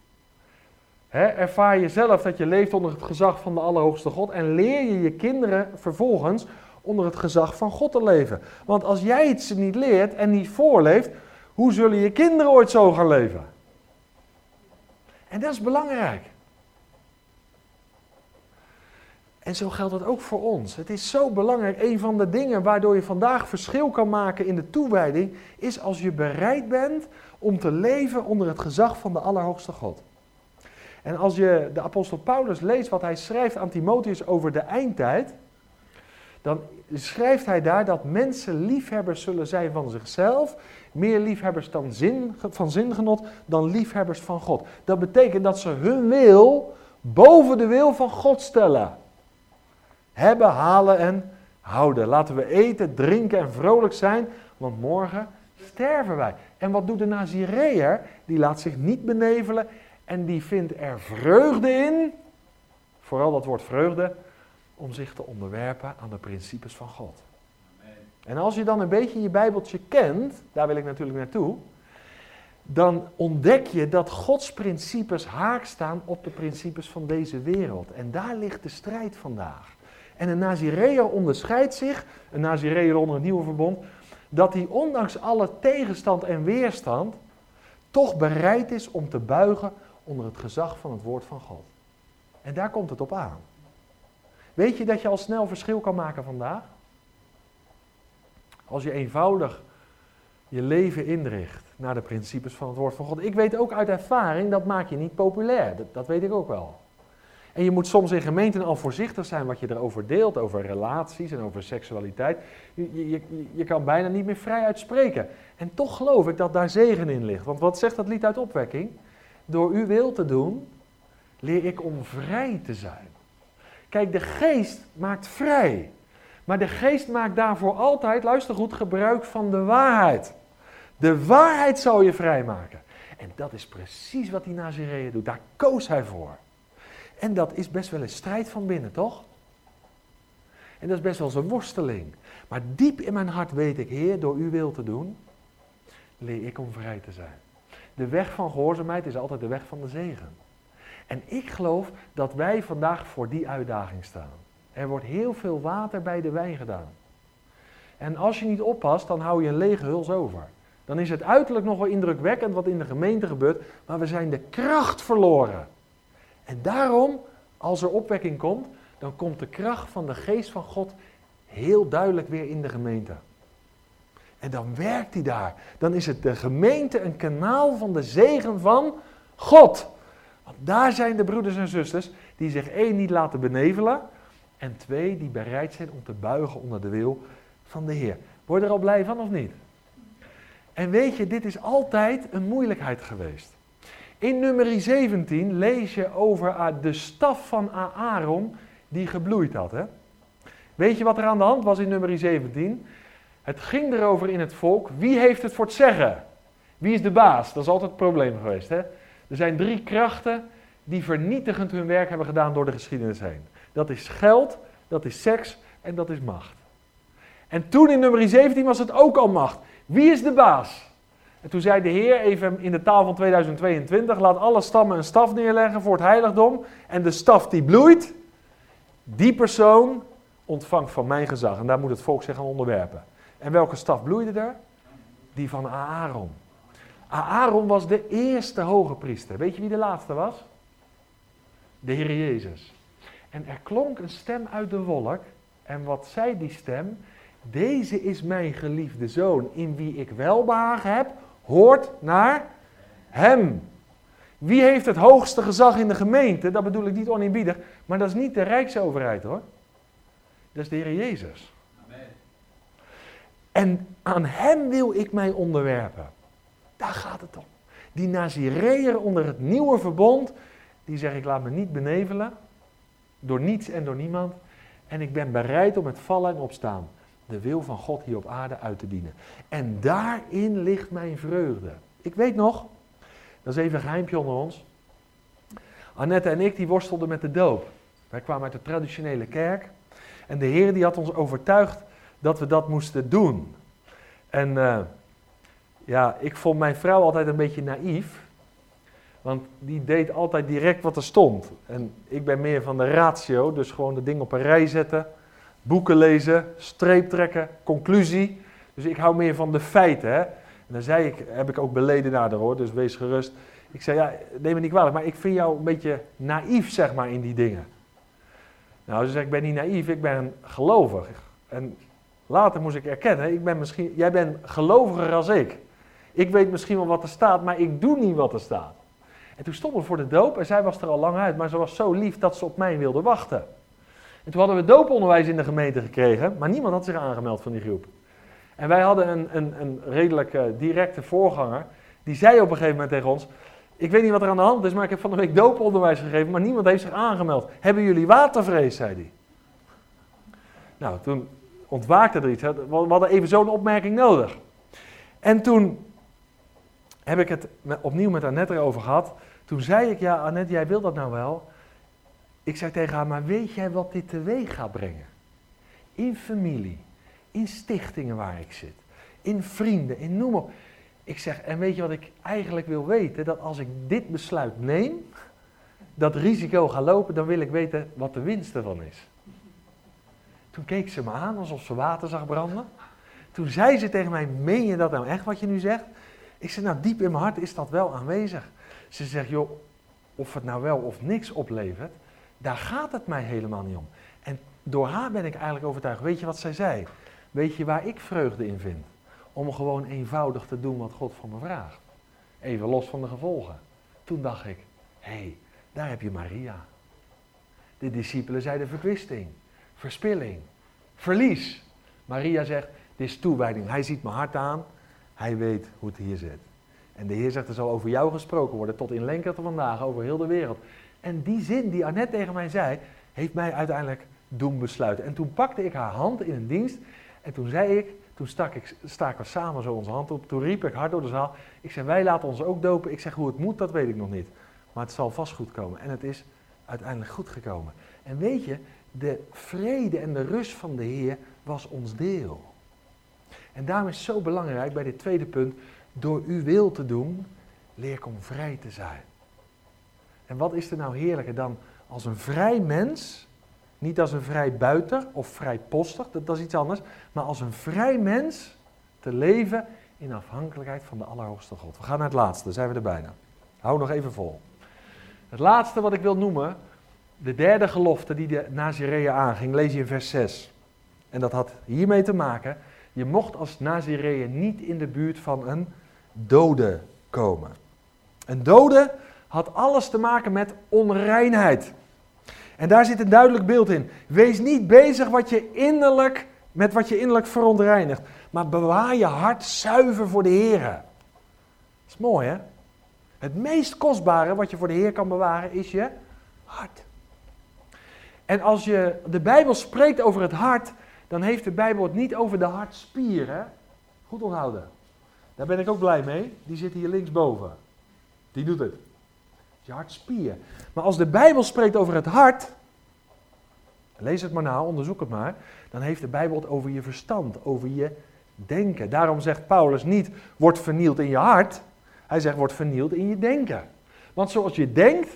Ervaar je zelf dat je leeft onder het gezag van de Allerhoogste God en leer je je kinderen vervolgens onder het gezag van God te leven. Want als jij het ze niet leert en niet voorleeft, hoe zullen je kinderen ooit zo gaan leven? En dat is belangrijk. En zo geldt het ook voor ons. Het is zo belangrijk. Een van de dingen waardoor je vandaag verschil kan maken in de toewijding, is als je bereid bent om te leven onder het gezag van de Allerhoogste God. En als je de apostel Paulus leest wat hij schrijft aan Timotheus over de eindtijd, dan schrijft hij daar dat mensen liefhebbers zullen zijn van zichzelf, meer liefhebbers van zingenot dan liefhebbers van God. Dat betekent dat ze hun wil boven de wil van God stellen. Hebben, halen en houden. Laten we eten, drinken en vrolijk zijn, want morgen sterven wij. En wat doet de Nazireër? Die laat zich niet benevelen En die vindt er vreugde in, vooral dat woord vreugde, om zich te onderwerpen aan de principes van God. Amen. En als je dan een beetje je Bijbeltje kent, daar wil ik natuurlijk naartoe, dan ontdek je dat Gods principes haak staan op de principes van deze wereld. En daar ligt de strijd vandaag. En een Nazireër onderscheidt zich, een Nazireër onder het nieuwe verbond, dat hij ondanks alle tegenstand en weerstand toch bereid is om te buigen onder het gezag van het woord van God. En daar komt het op aan. Weet je dat je al snel verschil kan maken vandaag? Als je eenvoudig je leven inricht naar de principes van het woord van God. Ik weet ook uit ervaring, dat maak je niet populair. Dat weet ik ook wel. En je moet soms in gemeenten al voorzichtig zijn wat je erover deelt, over relaties en over seksualiteit. Je kan bijna niet meer vrij uitspreken. En toch geloof ik dat daar zegen in ligt. Want wat zegt dat lied uit Opwekking? Door uw wil te doen, leer ik om vrij te zijn. Kijk, de geest maakt vrij. Maar de geest maakt daarvoor altijd, luister goed, gebruik van de waarheid. De waarheid zal je vrijmaken. En dat is precies wat die Nazireër doet. Daar koos hij voor. En dat is best wel een strijd van binnen, toch? En dat is best wel zijn worsteling. Maar diep in mijn hart weet ik, Heer, door uw wil te doen, leer ik om vrij te zijn. De weg van gehoorzaamheid is altijd de weg van de zegen. En ik geloof dat wij vandaag voor die uitdaging staan. Er wordt heel veel water bij de wijn gedaan. En als je niet oppast, dan hou je een lege huls over. Dan is het uiterlijk nog wel indrukwekkend wat in de gemeente gebeurt, maar we zijn de kracht verloren. En daarom, als er opwekking komt, dan komt de kracht van de geest van God heel duidelijk weer in de gemeente. En dan werkt hij daar. Dan is het de gemeente een kanaal van de zegen van God. Want daar zijn de broeders en zusters die zich 1 niet laten benevelen en 2 die bereid zijn om te buigen onder de wil van de Heer. Word je er al blij van of niet? En weet je, dit is altijd een moeilijkheid geweest. In nummer 17 lees je over de staf van Aaron die gebloeid had. Hè? Weet je wat er aan de hand was in nummer 17? Het ging erover in het volk, wie heeft het voor het zeggen? Wie is de baas? Dat is altijd het probleem geweest. Hè? Er zijn 3 krachten die vernietigend hun werk hebben gedaan door de geschiedenis heen. Dat is geld, dat is seks en dat is macht. En toen in nummer 17 was het ook al macht. Wie is de baas? En toen zei de Heer, even in de taal van 2022, laat alle stammen een staf neerleggen voor het heiligdom. En de staf die bloeit, die persoon ontvangt van mijn gezag. En daar moet het volk zich aan onderwerpen. En welke staf bloeide er? Die van Aaron. Aaron was de eerste hoge priester. Weet je wie de laatste was? De Heer Jezus. En er klonk een stem uit de wolk. En wat zei die stem? Deze is mijn geliefde zoon, in wie ik welbehagen heb, hoort naar hem. Wie heeft het hoogste gezag in de gemeente? Dat bedoel ik niet oneerbiedig, maar dat is niet de Rijksoverheid hoor. Dat is de Heer Jezus. Amen. En aan hem wil ik mij onderwerpen. Daar gaat het om. Die Nazireër onder het nieuwe verbond, die zegt ik laat me niet benevelen, door niets en door niemand. En ik ben bereid om het vallen en opstaan, de wil van God hier op aarde uit te dienen. En daarin ligt mijn vreugde. Ik weet nog, dat is even een geheimpje onder ons. Annette en ik die worstelden met de doop. Wij kwamen uit de traditionele kerk. En de Heer die had ons overtuigd dat we dat moesten doen. En ik vond mijn vrouw altijd een beetje naïef. Want die deed altijd direct wat er stond. En ik ben meer van de ratio, dus gewoon de dingen op een rij zetten. Boeken lezen, streep trekken, conclusie. Dus ik hou meer van de feiten. Hè? En dan zei ik, heb ik ook beleden nader hoor, dus wees gerust. Ik zei, ja, neem me niet kwalijk, maar ik vind jou een beetje naïef, zeg maar, in die dingen. Nou, ze zei, ik ben niet naïef, ik ben gelovig. En later moest ik erkennen, jij bent geloviger als ik. Ik weet misschien wel wat er staat, maar ik doe niet wat er staat. En toen stonden we voor de doop en zij was er al lang uit, maar ze was zo lief dat ze op mij wilde wachten. En toen hadden we dooponderwijs in de gemeente gekregen, maar niemand had zich aangemeld van die groep. En wij hadden een redelijk directe voorganger, die zei op een gegeven moment tegen ons, ik weet niet wat er aan de hand is, maar ik heb van de week dooponderwijs gegeven, maar niemand heeft zich aangemeld. Hebben jullie watervrees, zei hij. Nou, toen ontwaakte er iets. We hadden even zo'n opmerking nodig. En toen heb ik het opnieuw met Annette erover gehad, Toen zei ik, ja Annette, jij wil dat nou wel. Ik zei tegen haar, maar weet jij wat dit teweeg gaat brengen? In familie, in stichtingen waar ik zit, in vrienden, in noem op. Ik zeg, en weet je wat ik eigenlijk wil weten? Dat als ik dit besluit neem, dat risico ga lopen, dan wil ik weten wat de winst ervan is. Toen keek ze me aan alsof ze water zag branden. Toen zei ze tegen mij, meen je dat nou echt wat je nu zegt? Ik zei, nou diep in mijn hart is dat wel aanwezig. Ze zegt, joh, of het nou wel of niks oplevert, daar gaat het mij helemaal niet om. En door haar ben ik eigenlijk overtuigd. Weet je wat zij zei? Weet je waar ik vreugde in vind? Om gewoon eenvoudig te doen wat God van me vraagt. Even los van de gevolgen. Toen dacht ik, hé, daar heb je Maria. De discipelen zeiden verkwisting, verspilling, verlies. Maria zegt, dit is toewijding. Hij ziet mijn hart aan, hij weet hoe het hier zit. En de Heer zegt, er zal over jou gesproken worden, tot in Lenkerte vandaag, over heel de wereld. En die zin die Annette tegen mij zei, heeft mij uiteindelijk doen besluiten. En toen pakte ik haar hand in een dienst en toen zei ik, toen staken we samen zo onze hand op, toen riep ik hard door de zaal. Ik zei, wij laten ons ook dopen. Ik zeg, hoe het moet, dat weet ik nog niet. Maar het zal vast goed komen. En het is uiteindelijk goed gekomen. En weet je, de vrede en de rust van de Heer was ons deel. En daarom is het zo belangrijk bij dit tweede punt, door uw wil te doen, leer ik om vrij te zijn. En wat is er nou heerlijker dan als een vrij mens, niet als een vrij buiter of vrijpostig, dat is iets anders, maar als een vrij mens te leven in afhankelijkheid van de Allerhoogste God. We gaan naar het laatste, zijn we er bijna. Hou nog even vol. Het laatste wat ik wil noemen, de derde gelofte die de Nazireeën aanging, lees je in vers 6. En dat had hiermee te maken, je mocht als Nazireeën niet in de buurt van een dode komen. Een dode had alles te maken met onreinheid. En daar zit een duidelijk beeld in. Wees niet bezig met wat je innerlijk verontreinigt, maar bewaar je hart zuiver voor de Heer. Dat is mooi, hè? Het meest kostbare wat je voor de Heer kan bewaren is je hart. En als je de Bijbel spreekt over het hart, dan heeft de Bijbel het niet over de hartspieren. Goed onthouden. Daar ben ik ook blij mee. Die zit hier linksboven. Die doet het. Je hartspier. Maar als de Bijbel spreekt over het hart, lees het maar na, onderzoek het maar, dan heeft de Bijbel het over je verstand, over je denken. Daarom zegt Paulus niet, word vernield in je hart. Hij zegt, word vernield in je denken. Want zoals je denkt,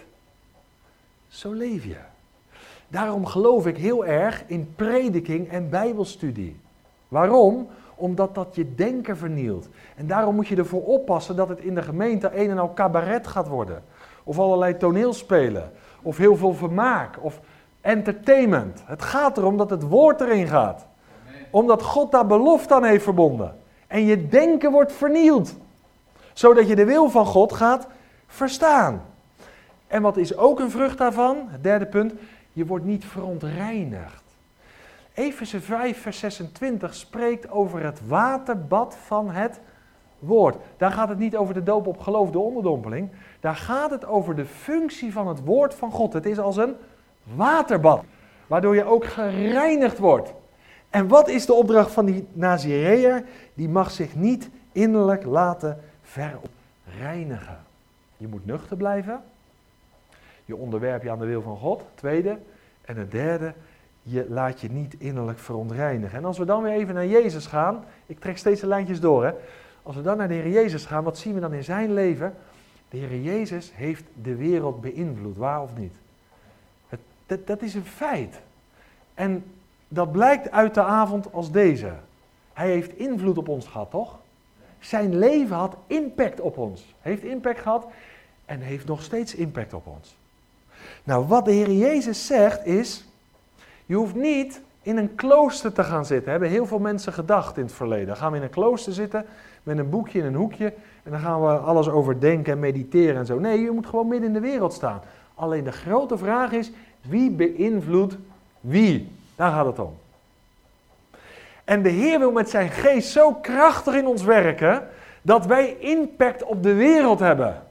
zo leef je. Daarom geloof ik heel erg in prediking en bijbelstudie. Waarom? Omdat dat je denken vernielt. En daarom moet je ervoor oppassen dat het in de gemeente een en al cabaret gaat worden. Of allerlei toneelspelen. Of heel veel vermaak. Of entertainment. Het gaat erom dat het woord erin gaat. Omdat God daar belofte aan heeft verbonden. En je denken wordt vernield. Zodat je de wil van God gaat verstaan. En wat is ook een vrucht daarvan? Het derde punt. Je wordt niet verontreinigd. Efeze 5 vers 26 spreekt over het waterbad van het woord. Daar gaat het niet over de doop op geloof, de onderdompeling. Daar gaat het over de functie van het woord van God. Het is als een waterbad, waardoor je ook gereinigd wordt. En wat is de opdracht van die Nazireër? Die mag zich niet innerlijk laten vereinigen. Je moet nuchter blijven. Je onderwerp je aan de wil van God. Tweede. En het derde, je laat je niet innerlijk verontreinigen. En als we dan weer even naar Jezus gaan, ik trek steeds de lijntjes door, hè. Als we dan naar de Heer Jezus gaan, wat zien we dan in zijn leven? De Heer Jezus heeft de wereld beïnvloed, waar of niet? Dat is een feit. En dat blijkt uit de avond als deze. Hij heeft invloed op ons gehad, toch? Zijn leven had impact op ons. Heeft impact gehad en heeft nog steeds impact op ons. Nou, wat de Heer Jezus zegt is, je hoeft niet in een klooster te gaan zitten. Hebben heel veel mensen gedacht in het verleden. Dan gaan we in een klooster zitten met een boekje in een hoekje en dan gaan we alles overdenken en mediteren en zo. Nee, je moet gewoon midden in de wereld staan. Alleen de grote vraag is, wie beïnvloedt wie? Daar gaat het om. En de Heer wil met zijn geest zo krachtig in ons werken, dat wij impact op de wereld hebben.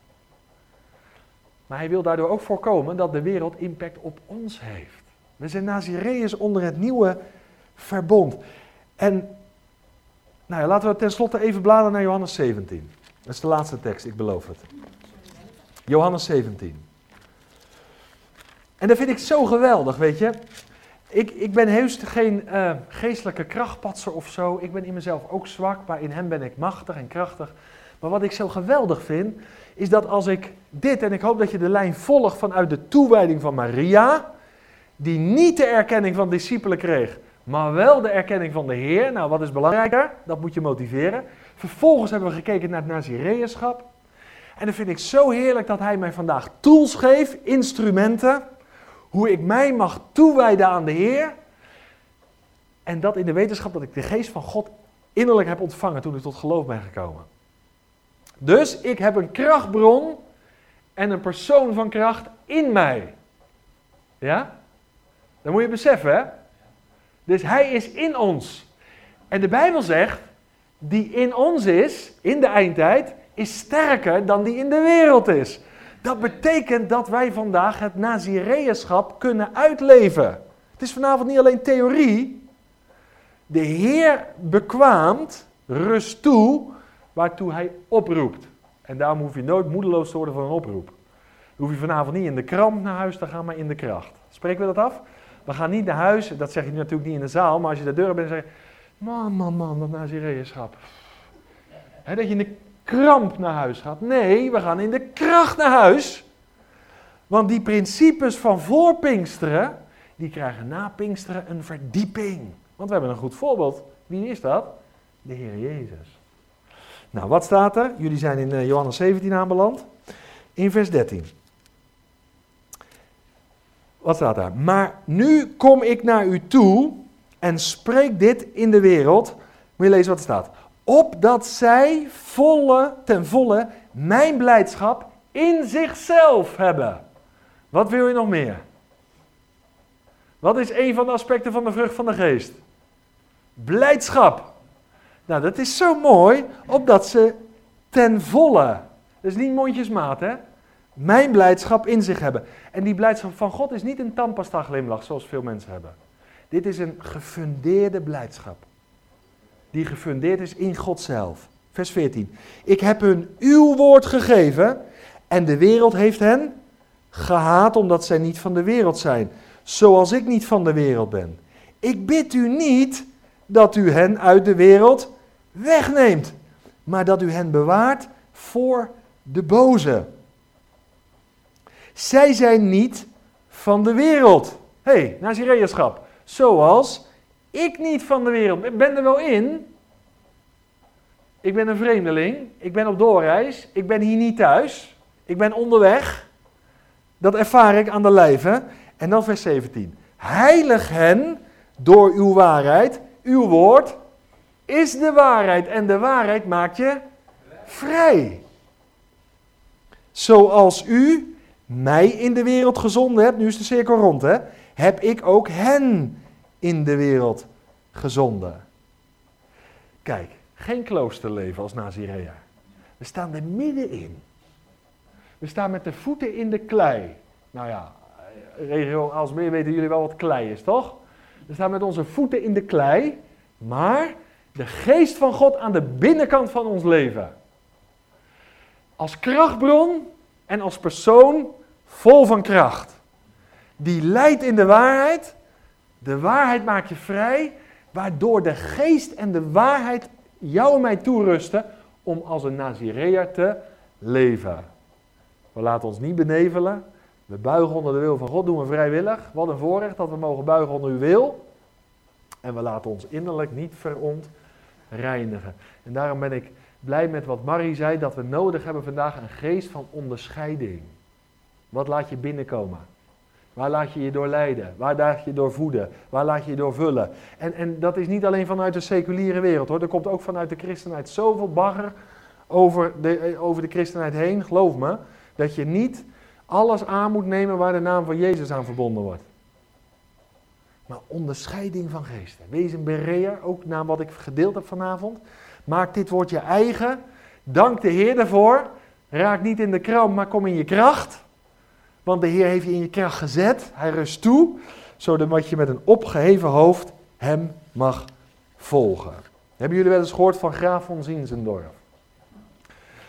Maar hij wil daardoor ook voorkomen dat de wereld impact op ons heeft. We zijn Nazireërs onder het nieuwe verbond. En nou ja, laten we tenslotte even bladeren naar Johannes 17. Dat is de laatste tekst, ik beloof het. Johannes 17. En dat vind ik zo geweldig, weet je. Ik ben heus geen geestelijke krachtpatser of zo. Ik ben in mezelf ook zwak, maar in hem ben ik machtig en krachtig. Maar wat ik zo geweldig vind, is dat als ik dit, en ik hoop dat je de lijn volgt vanuit de toewijding van Maria, die niet de erkenning van discipelen kreeg, maar wel de erkenning van de Heer. Nou, wat is belangrijker? Dat moet je motiveren. Vervolgens hebben we gekeken naar het Nazireënschap. En dan vind ik zo heerlijk dat hij mij vandaag tools geeft, instrumenten, hoe ik mij mag toewijden aan de Heer. En dat in de wetenschap dat ik de geest van God innerlijk heb ontvangen toen ik tot geloof ben gekomen. Dus ik heb een krachtbron en een persoon van kracht in mij. Ja? Dat moet je beseffen, hè? Dus hij is in ons. En de Bijbel zegt, die in ons is, in de eindtijd, is sterker dan die in de wereld is. Dat betekent dat wij vandaag het Nazireënschap kunnen uitleven. Het is vanavond niet alleen theorie. De Heer bekwaamt, rust toe, waartoe hij oproept. En daarom hoef je nooit moedeloos te worden van een oproep. Dan hoef je vanavond niet in de kramp naar huis te gaan, maar in de kracht. Spreken we dat af? We gaan niet naar huis, dat zeg je natuurlijk niet in de zaal, maar als je de deur bent en zegt, man, dat Nazireënschap. Dat je in de kramp naar huis gaat. Nee, we gaan in de kracht naar huis. Want die principes van voor Pinksteren, die krijgen na Pinksteren een verdieping. Want we hebben een goed voorbeeld. Wie is dat? De Heer Jezus. Nou, wat staat er? Jullie zijn in Johannes 17 aanbeland. In vers 13. Wat staat daar? Maar nu kom ik naar u toe en spreek dit in de wereld. Moet je lezen wat er staat. Opdat zij ten volle mijn blijdschap in zichzelf hebben. Wat wil je nog meer? Wat is een van de aspecten van de vrucht van de geest? Blijdschap. Nou, dat is zo mooi, opdat ze ten volle, dat is niet mondjesmaat, hè? Mijn blijdschap in zich hebben. En die blijdschap van God is niet een tandpasta glimlach, zoals veel mensen hebben. Dit is een gefundeerde blijdschap. Die gefundeerd is in God zelf. Vers 14. Ik heb hun uw woord gegeven en de wereld heeft hen gehaat omdat zij niet van de wereld zijn. Zoals ik niet van de wereld ben. Ik bid u niet dat u hen uit de wereld wegneemt, maar dat u hen bewaart voor de boze. Zij zijn niet van de wereld. Hé, Nazireënschap. Zoals ik niet van de wereld ben. Ik ben er wel in. Ik ben een vreemdeling. Ik ben op doorreis. Ik ben hier niet thuis. Ik ben onderweg. Dat ervaar ik aan de lijve. En dan vers 17. Heilig hen door uw waarheid. Uw woord is de waarheid. En de waarheid maakt je vrij. Zoals u mij in de wereld gezonden hebt. Nu is de cirkel rond, hè. Heb ik ook hen in de wereld gezonden. Kijk, geen kloosterleven als Nazirea. We staan er middenin. We staan met de voeten in de klei. Nou ja, regio Aalsmeer weten jullie wel wat klei is, toch? We staan met onze voeten in de klei, maar de geest van God aan de binnenkant van ons leven. Als krachtbron en als persoon vol van kracht. Die leidt in de waarheid. De waarheid maakt je vrij, waardoor de geest en de waarheid jou en mij toerusten om als een Nazireër te leven. We laten ons niet benevelen. We buigen onder de wil van God, doen we vrijwillig. Wat een voorrecht dat we mogen buigen onder uw wil. En we laten ons innerlijk niet verontreinigen. En daarom ben ik blij met wat Marie zei, dat we nodig hebben vandaag een geest van onderscheiding. Wat laat je binnenkomen? Waar laat je je door leiden? Waar laat je je door voeden? Waar laat je je door vullen? En dat is niet alleen vanuit de seculiere wereld, hoor. Er komt ook vanuit de christenheid zoveel bagger over de christenheid heen, geloof me, dat je niet alles aan moet nemen waar de naam van Jezus aan verbonden wordt. Maar onderscheiding van geesten. Wees een bereer, ook na wat ik gedeeld heb vanavond. Maak dit woord je eigen. Dank de Heer daarvoor. Raak niet in de kramp, maar kom in je kracht. Want de Heer heeft je in je kracht gezet. Hij rust toe, zodat je met een opgeheven hoofd hem mag volgen. Hebben jullie wel eens gehoord van Graaf von Zinzendorf?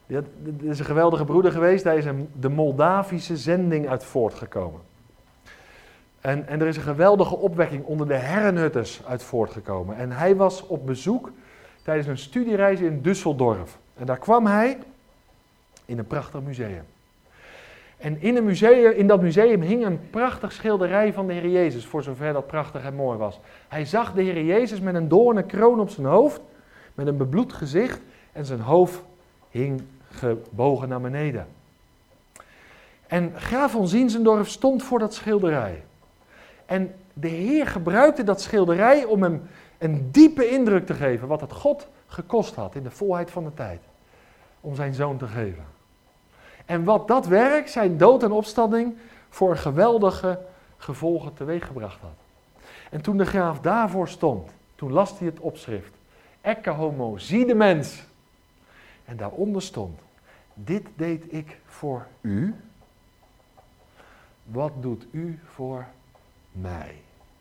Er is een geweldige broeder geweest, daar is de Moldavische zending uit voortgekomen. En er is een geweldige opwekking onder de herrenhutters uit voortgekomen. En hij was op bezoek tijdens een studiereis in Düsseldorf. En daar kwam hij in een prachtig museum. En in dat museum hing een prachtig schilderij van de Heer Jezus, voor zover dat prachtig en mooi was. Hij zag de Heer Jezus met een doornen kroon op zijn hoofd, met een bebloed gezicht en zijn hoofd hing gebogen naar beneden. En graaf von Zinzendorf stond voor dat schilderij. En de Heer gebruikte dat schilderij om hem een diepe indruk te geven, wat het God gekost had in de volheid van de tijd, om zijn zoon te geven. En wat dat werk, zijn dood en opstanding, voor geweldige gevolgen teweeggebracht had. En toen de graaf daarvoor stond, toen las hij het opschrift. Ecce homo, zie de mens. En daaronder stond, dit deed ik voor u. Wat doet u voor mij?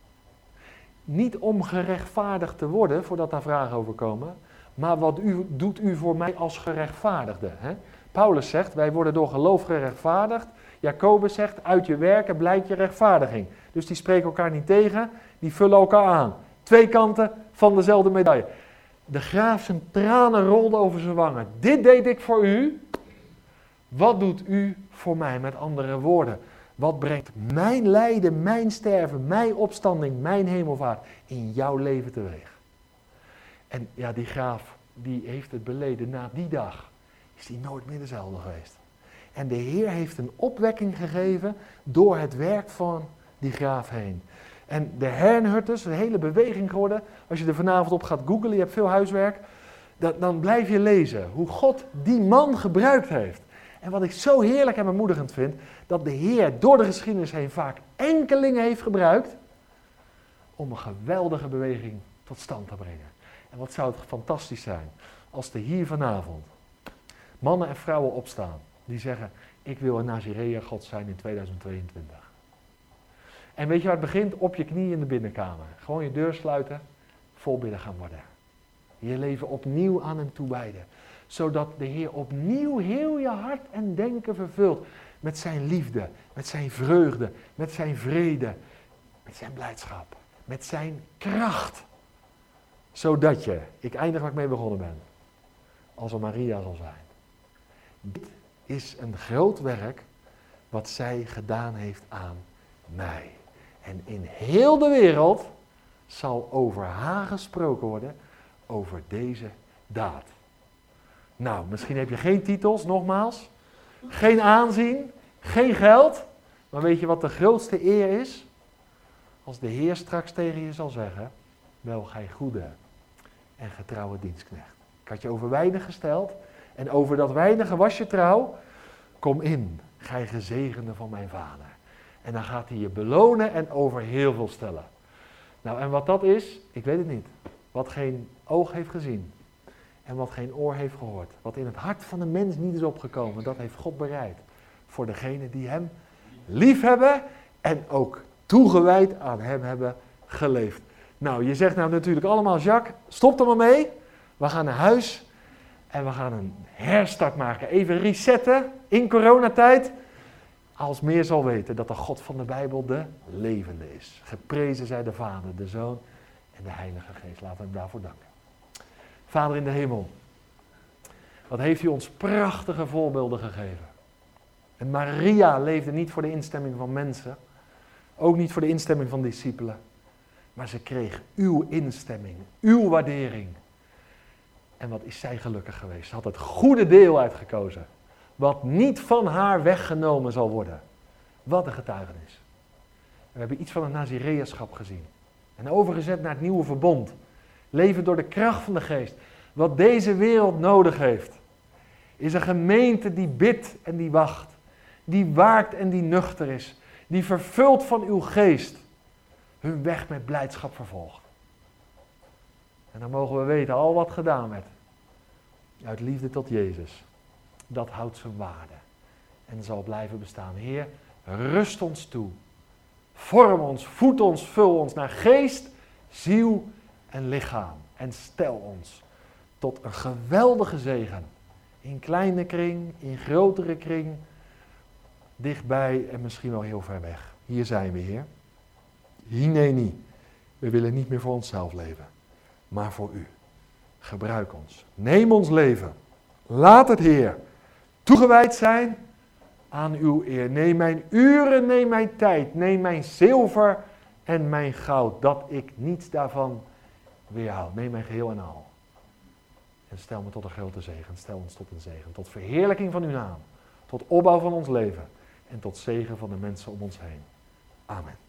Niet om gerechtvaardigd te worden, voordat daar vragen over komen, maar wat doet u voor mij als gerechtvaardigde? Hè? Paulus zegt, wij worden door geloof gerechtvaardigd. Jacobus zegt, uit je werken blijkt je rechtvaardiging. Dus die spreken elkaar niet tegen, die vullen elkaar aan. Twee kanten van dezelfde medaille. De graaf zijn tranen rolden over zijn wangen. Dit deed ik voor u. Wat doet u voor mij? Met andere woorden, wat brengt mijn lijden, mijn sterven, mijn opstanding, mijn hemelvaart in jouw leven teweeg? En ja, die graaf, die heeft het beleden na die dag. Is die nooit meer dezelfde geweest. En de Heer heeft een opwekking gegeven door het werk van die graaf heen. En de herrenhutters, een hele beweging geworden. Als je er vanavond op gaat googlen, je hebt veel huiswerk. Dan blijf je lezen hoe God die man gebruikt heeft. En wat ik zo heerlijk en bemoedigend vind, dat de Heer door de geschiedenis heen vaak enkelingen heeft gebruikt om een geweldige beweging tot stand te brengen. En wat zou het fantastisch zijn als er hier vanavond mannen en vrouwen opstaan die zeggen, ik wil een Nazireër God zijn in 2022. En weet je waar het begint? Op je knieën in de binnenkamer. Gewoon je deur sluiten, voorbidden gaan worden. Je leven opnieuw aan hem toewijden. Zodat de Heer opnieuw heel je hart en denken vervult. Met zijn liefde, met zijn vreugde, met zijn vrede, met zijn blijdschap, met zijn kracht. Zodat je, ik eindig waar ik mee begonnen ben, als een Maria zal zijn. Dit is een groot werk wat zij gedaan heeft aan mij. En in heel de wereld zal over haar gesproken worden, over deze daad. Nou, misschien heb je geen titels, nogmaals. Geen aanzien, geen geld. Maar weet je wat de grootste eer is? Als de Heer straks tegen je zal zeggen, wel gij goede en getrouwe dienstknecht. Ik had je over weinig gesteld en over dat weinige was je trouw. Kom in, gij gezegende van mijn vader. En dan gaat hij je belonen en over heel veel stellen. Nou, en wat dat is, ik weet het niet. Wat geen oog heeft gezien en wat geen oor heeft gehoord. Wat in het hart van de mens niet is opgekomen, dat heeft God bereid. Voor degenen die hem lief hebben en ook toegewijd aan hem hebben geleefd. Nou, je zegt nou natuurlijk allemaal, Jacques, stop er maar mee. We gaan naar huis en we gaan een herstart maken. Even resetten in coronatijd. Als meer zal weten dat de God van de Bijbel de levende is. Geprezen zij de Vader, de Zoon en de Heilige Geest. Laten we hem daarvoor danken. Vader in de hemel, wat heeft u ons prachtige voorbeelden gegeven. En Maria leefde niet voor de instemming van mensen. Ook niet voor de instemming van discipelen. Maar ze kreeg uw instemming, uw waardering. En wat is zij gelukkig geweest. Ze had het goede deel uitgekozen. Wat niet van haar weggenomen zal worden. Wat een getuigenis. We hebben iets van het Nazireërschap gezien. En overgezet naar het nieuwe verbond. Leven door de kracht van de geest. Wat deze wereld nodig heeft. Is een gemeente die bidt en die wacht. Die waakt en die nuchter is. Die vervuld van uw geest. Hun weg met blijdschap vervolgt. En dan mogen we weten, al wat gedaan werd. Uit liefde tot Jezus. Dat houdt zijn waarde. En zal blijven bestaan. Heer, rust ons toe. Vorm ons, voed ons, vul ons naar geest, ziel en lichaam. En stel ons tot een geweldige zegen In kleine kring, in grotere kring, dichtbij en misschien wel heel ver weg. Hier zijn we, Heer. Hineni. We willen niet meer voor onszelf leven, maar voor U. Gebruik ons. Neem ons leven. Laat het, Heer, toegewijd zijn aan uw eer. Neem mijn uren, neem mijn tijd, neem mijn zilver en mijn goud, dat ik niets daarvan weerhoud. Neem mijn geheel en al. En stel me tot een grote zegen. Stel ons tot een zegen. Tot verheerlijking van uw naam. Tot opbouw van ons leven. En tot zegen van de mensen om ons heen. Amen.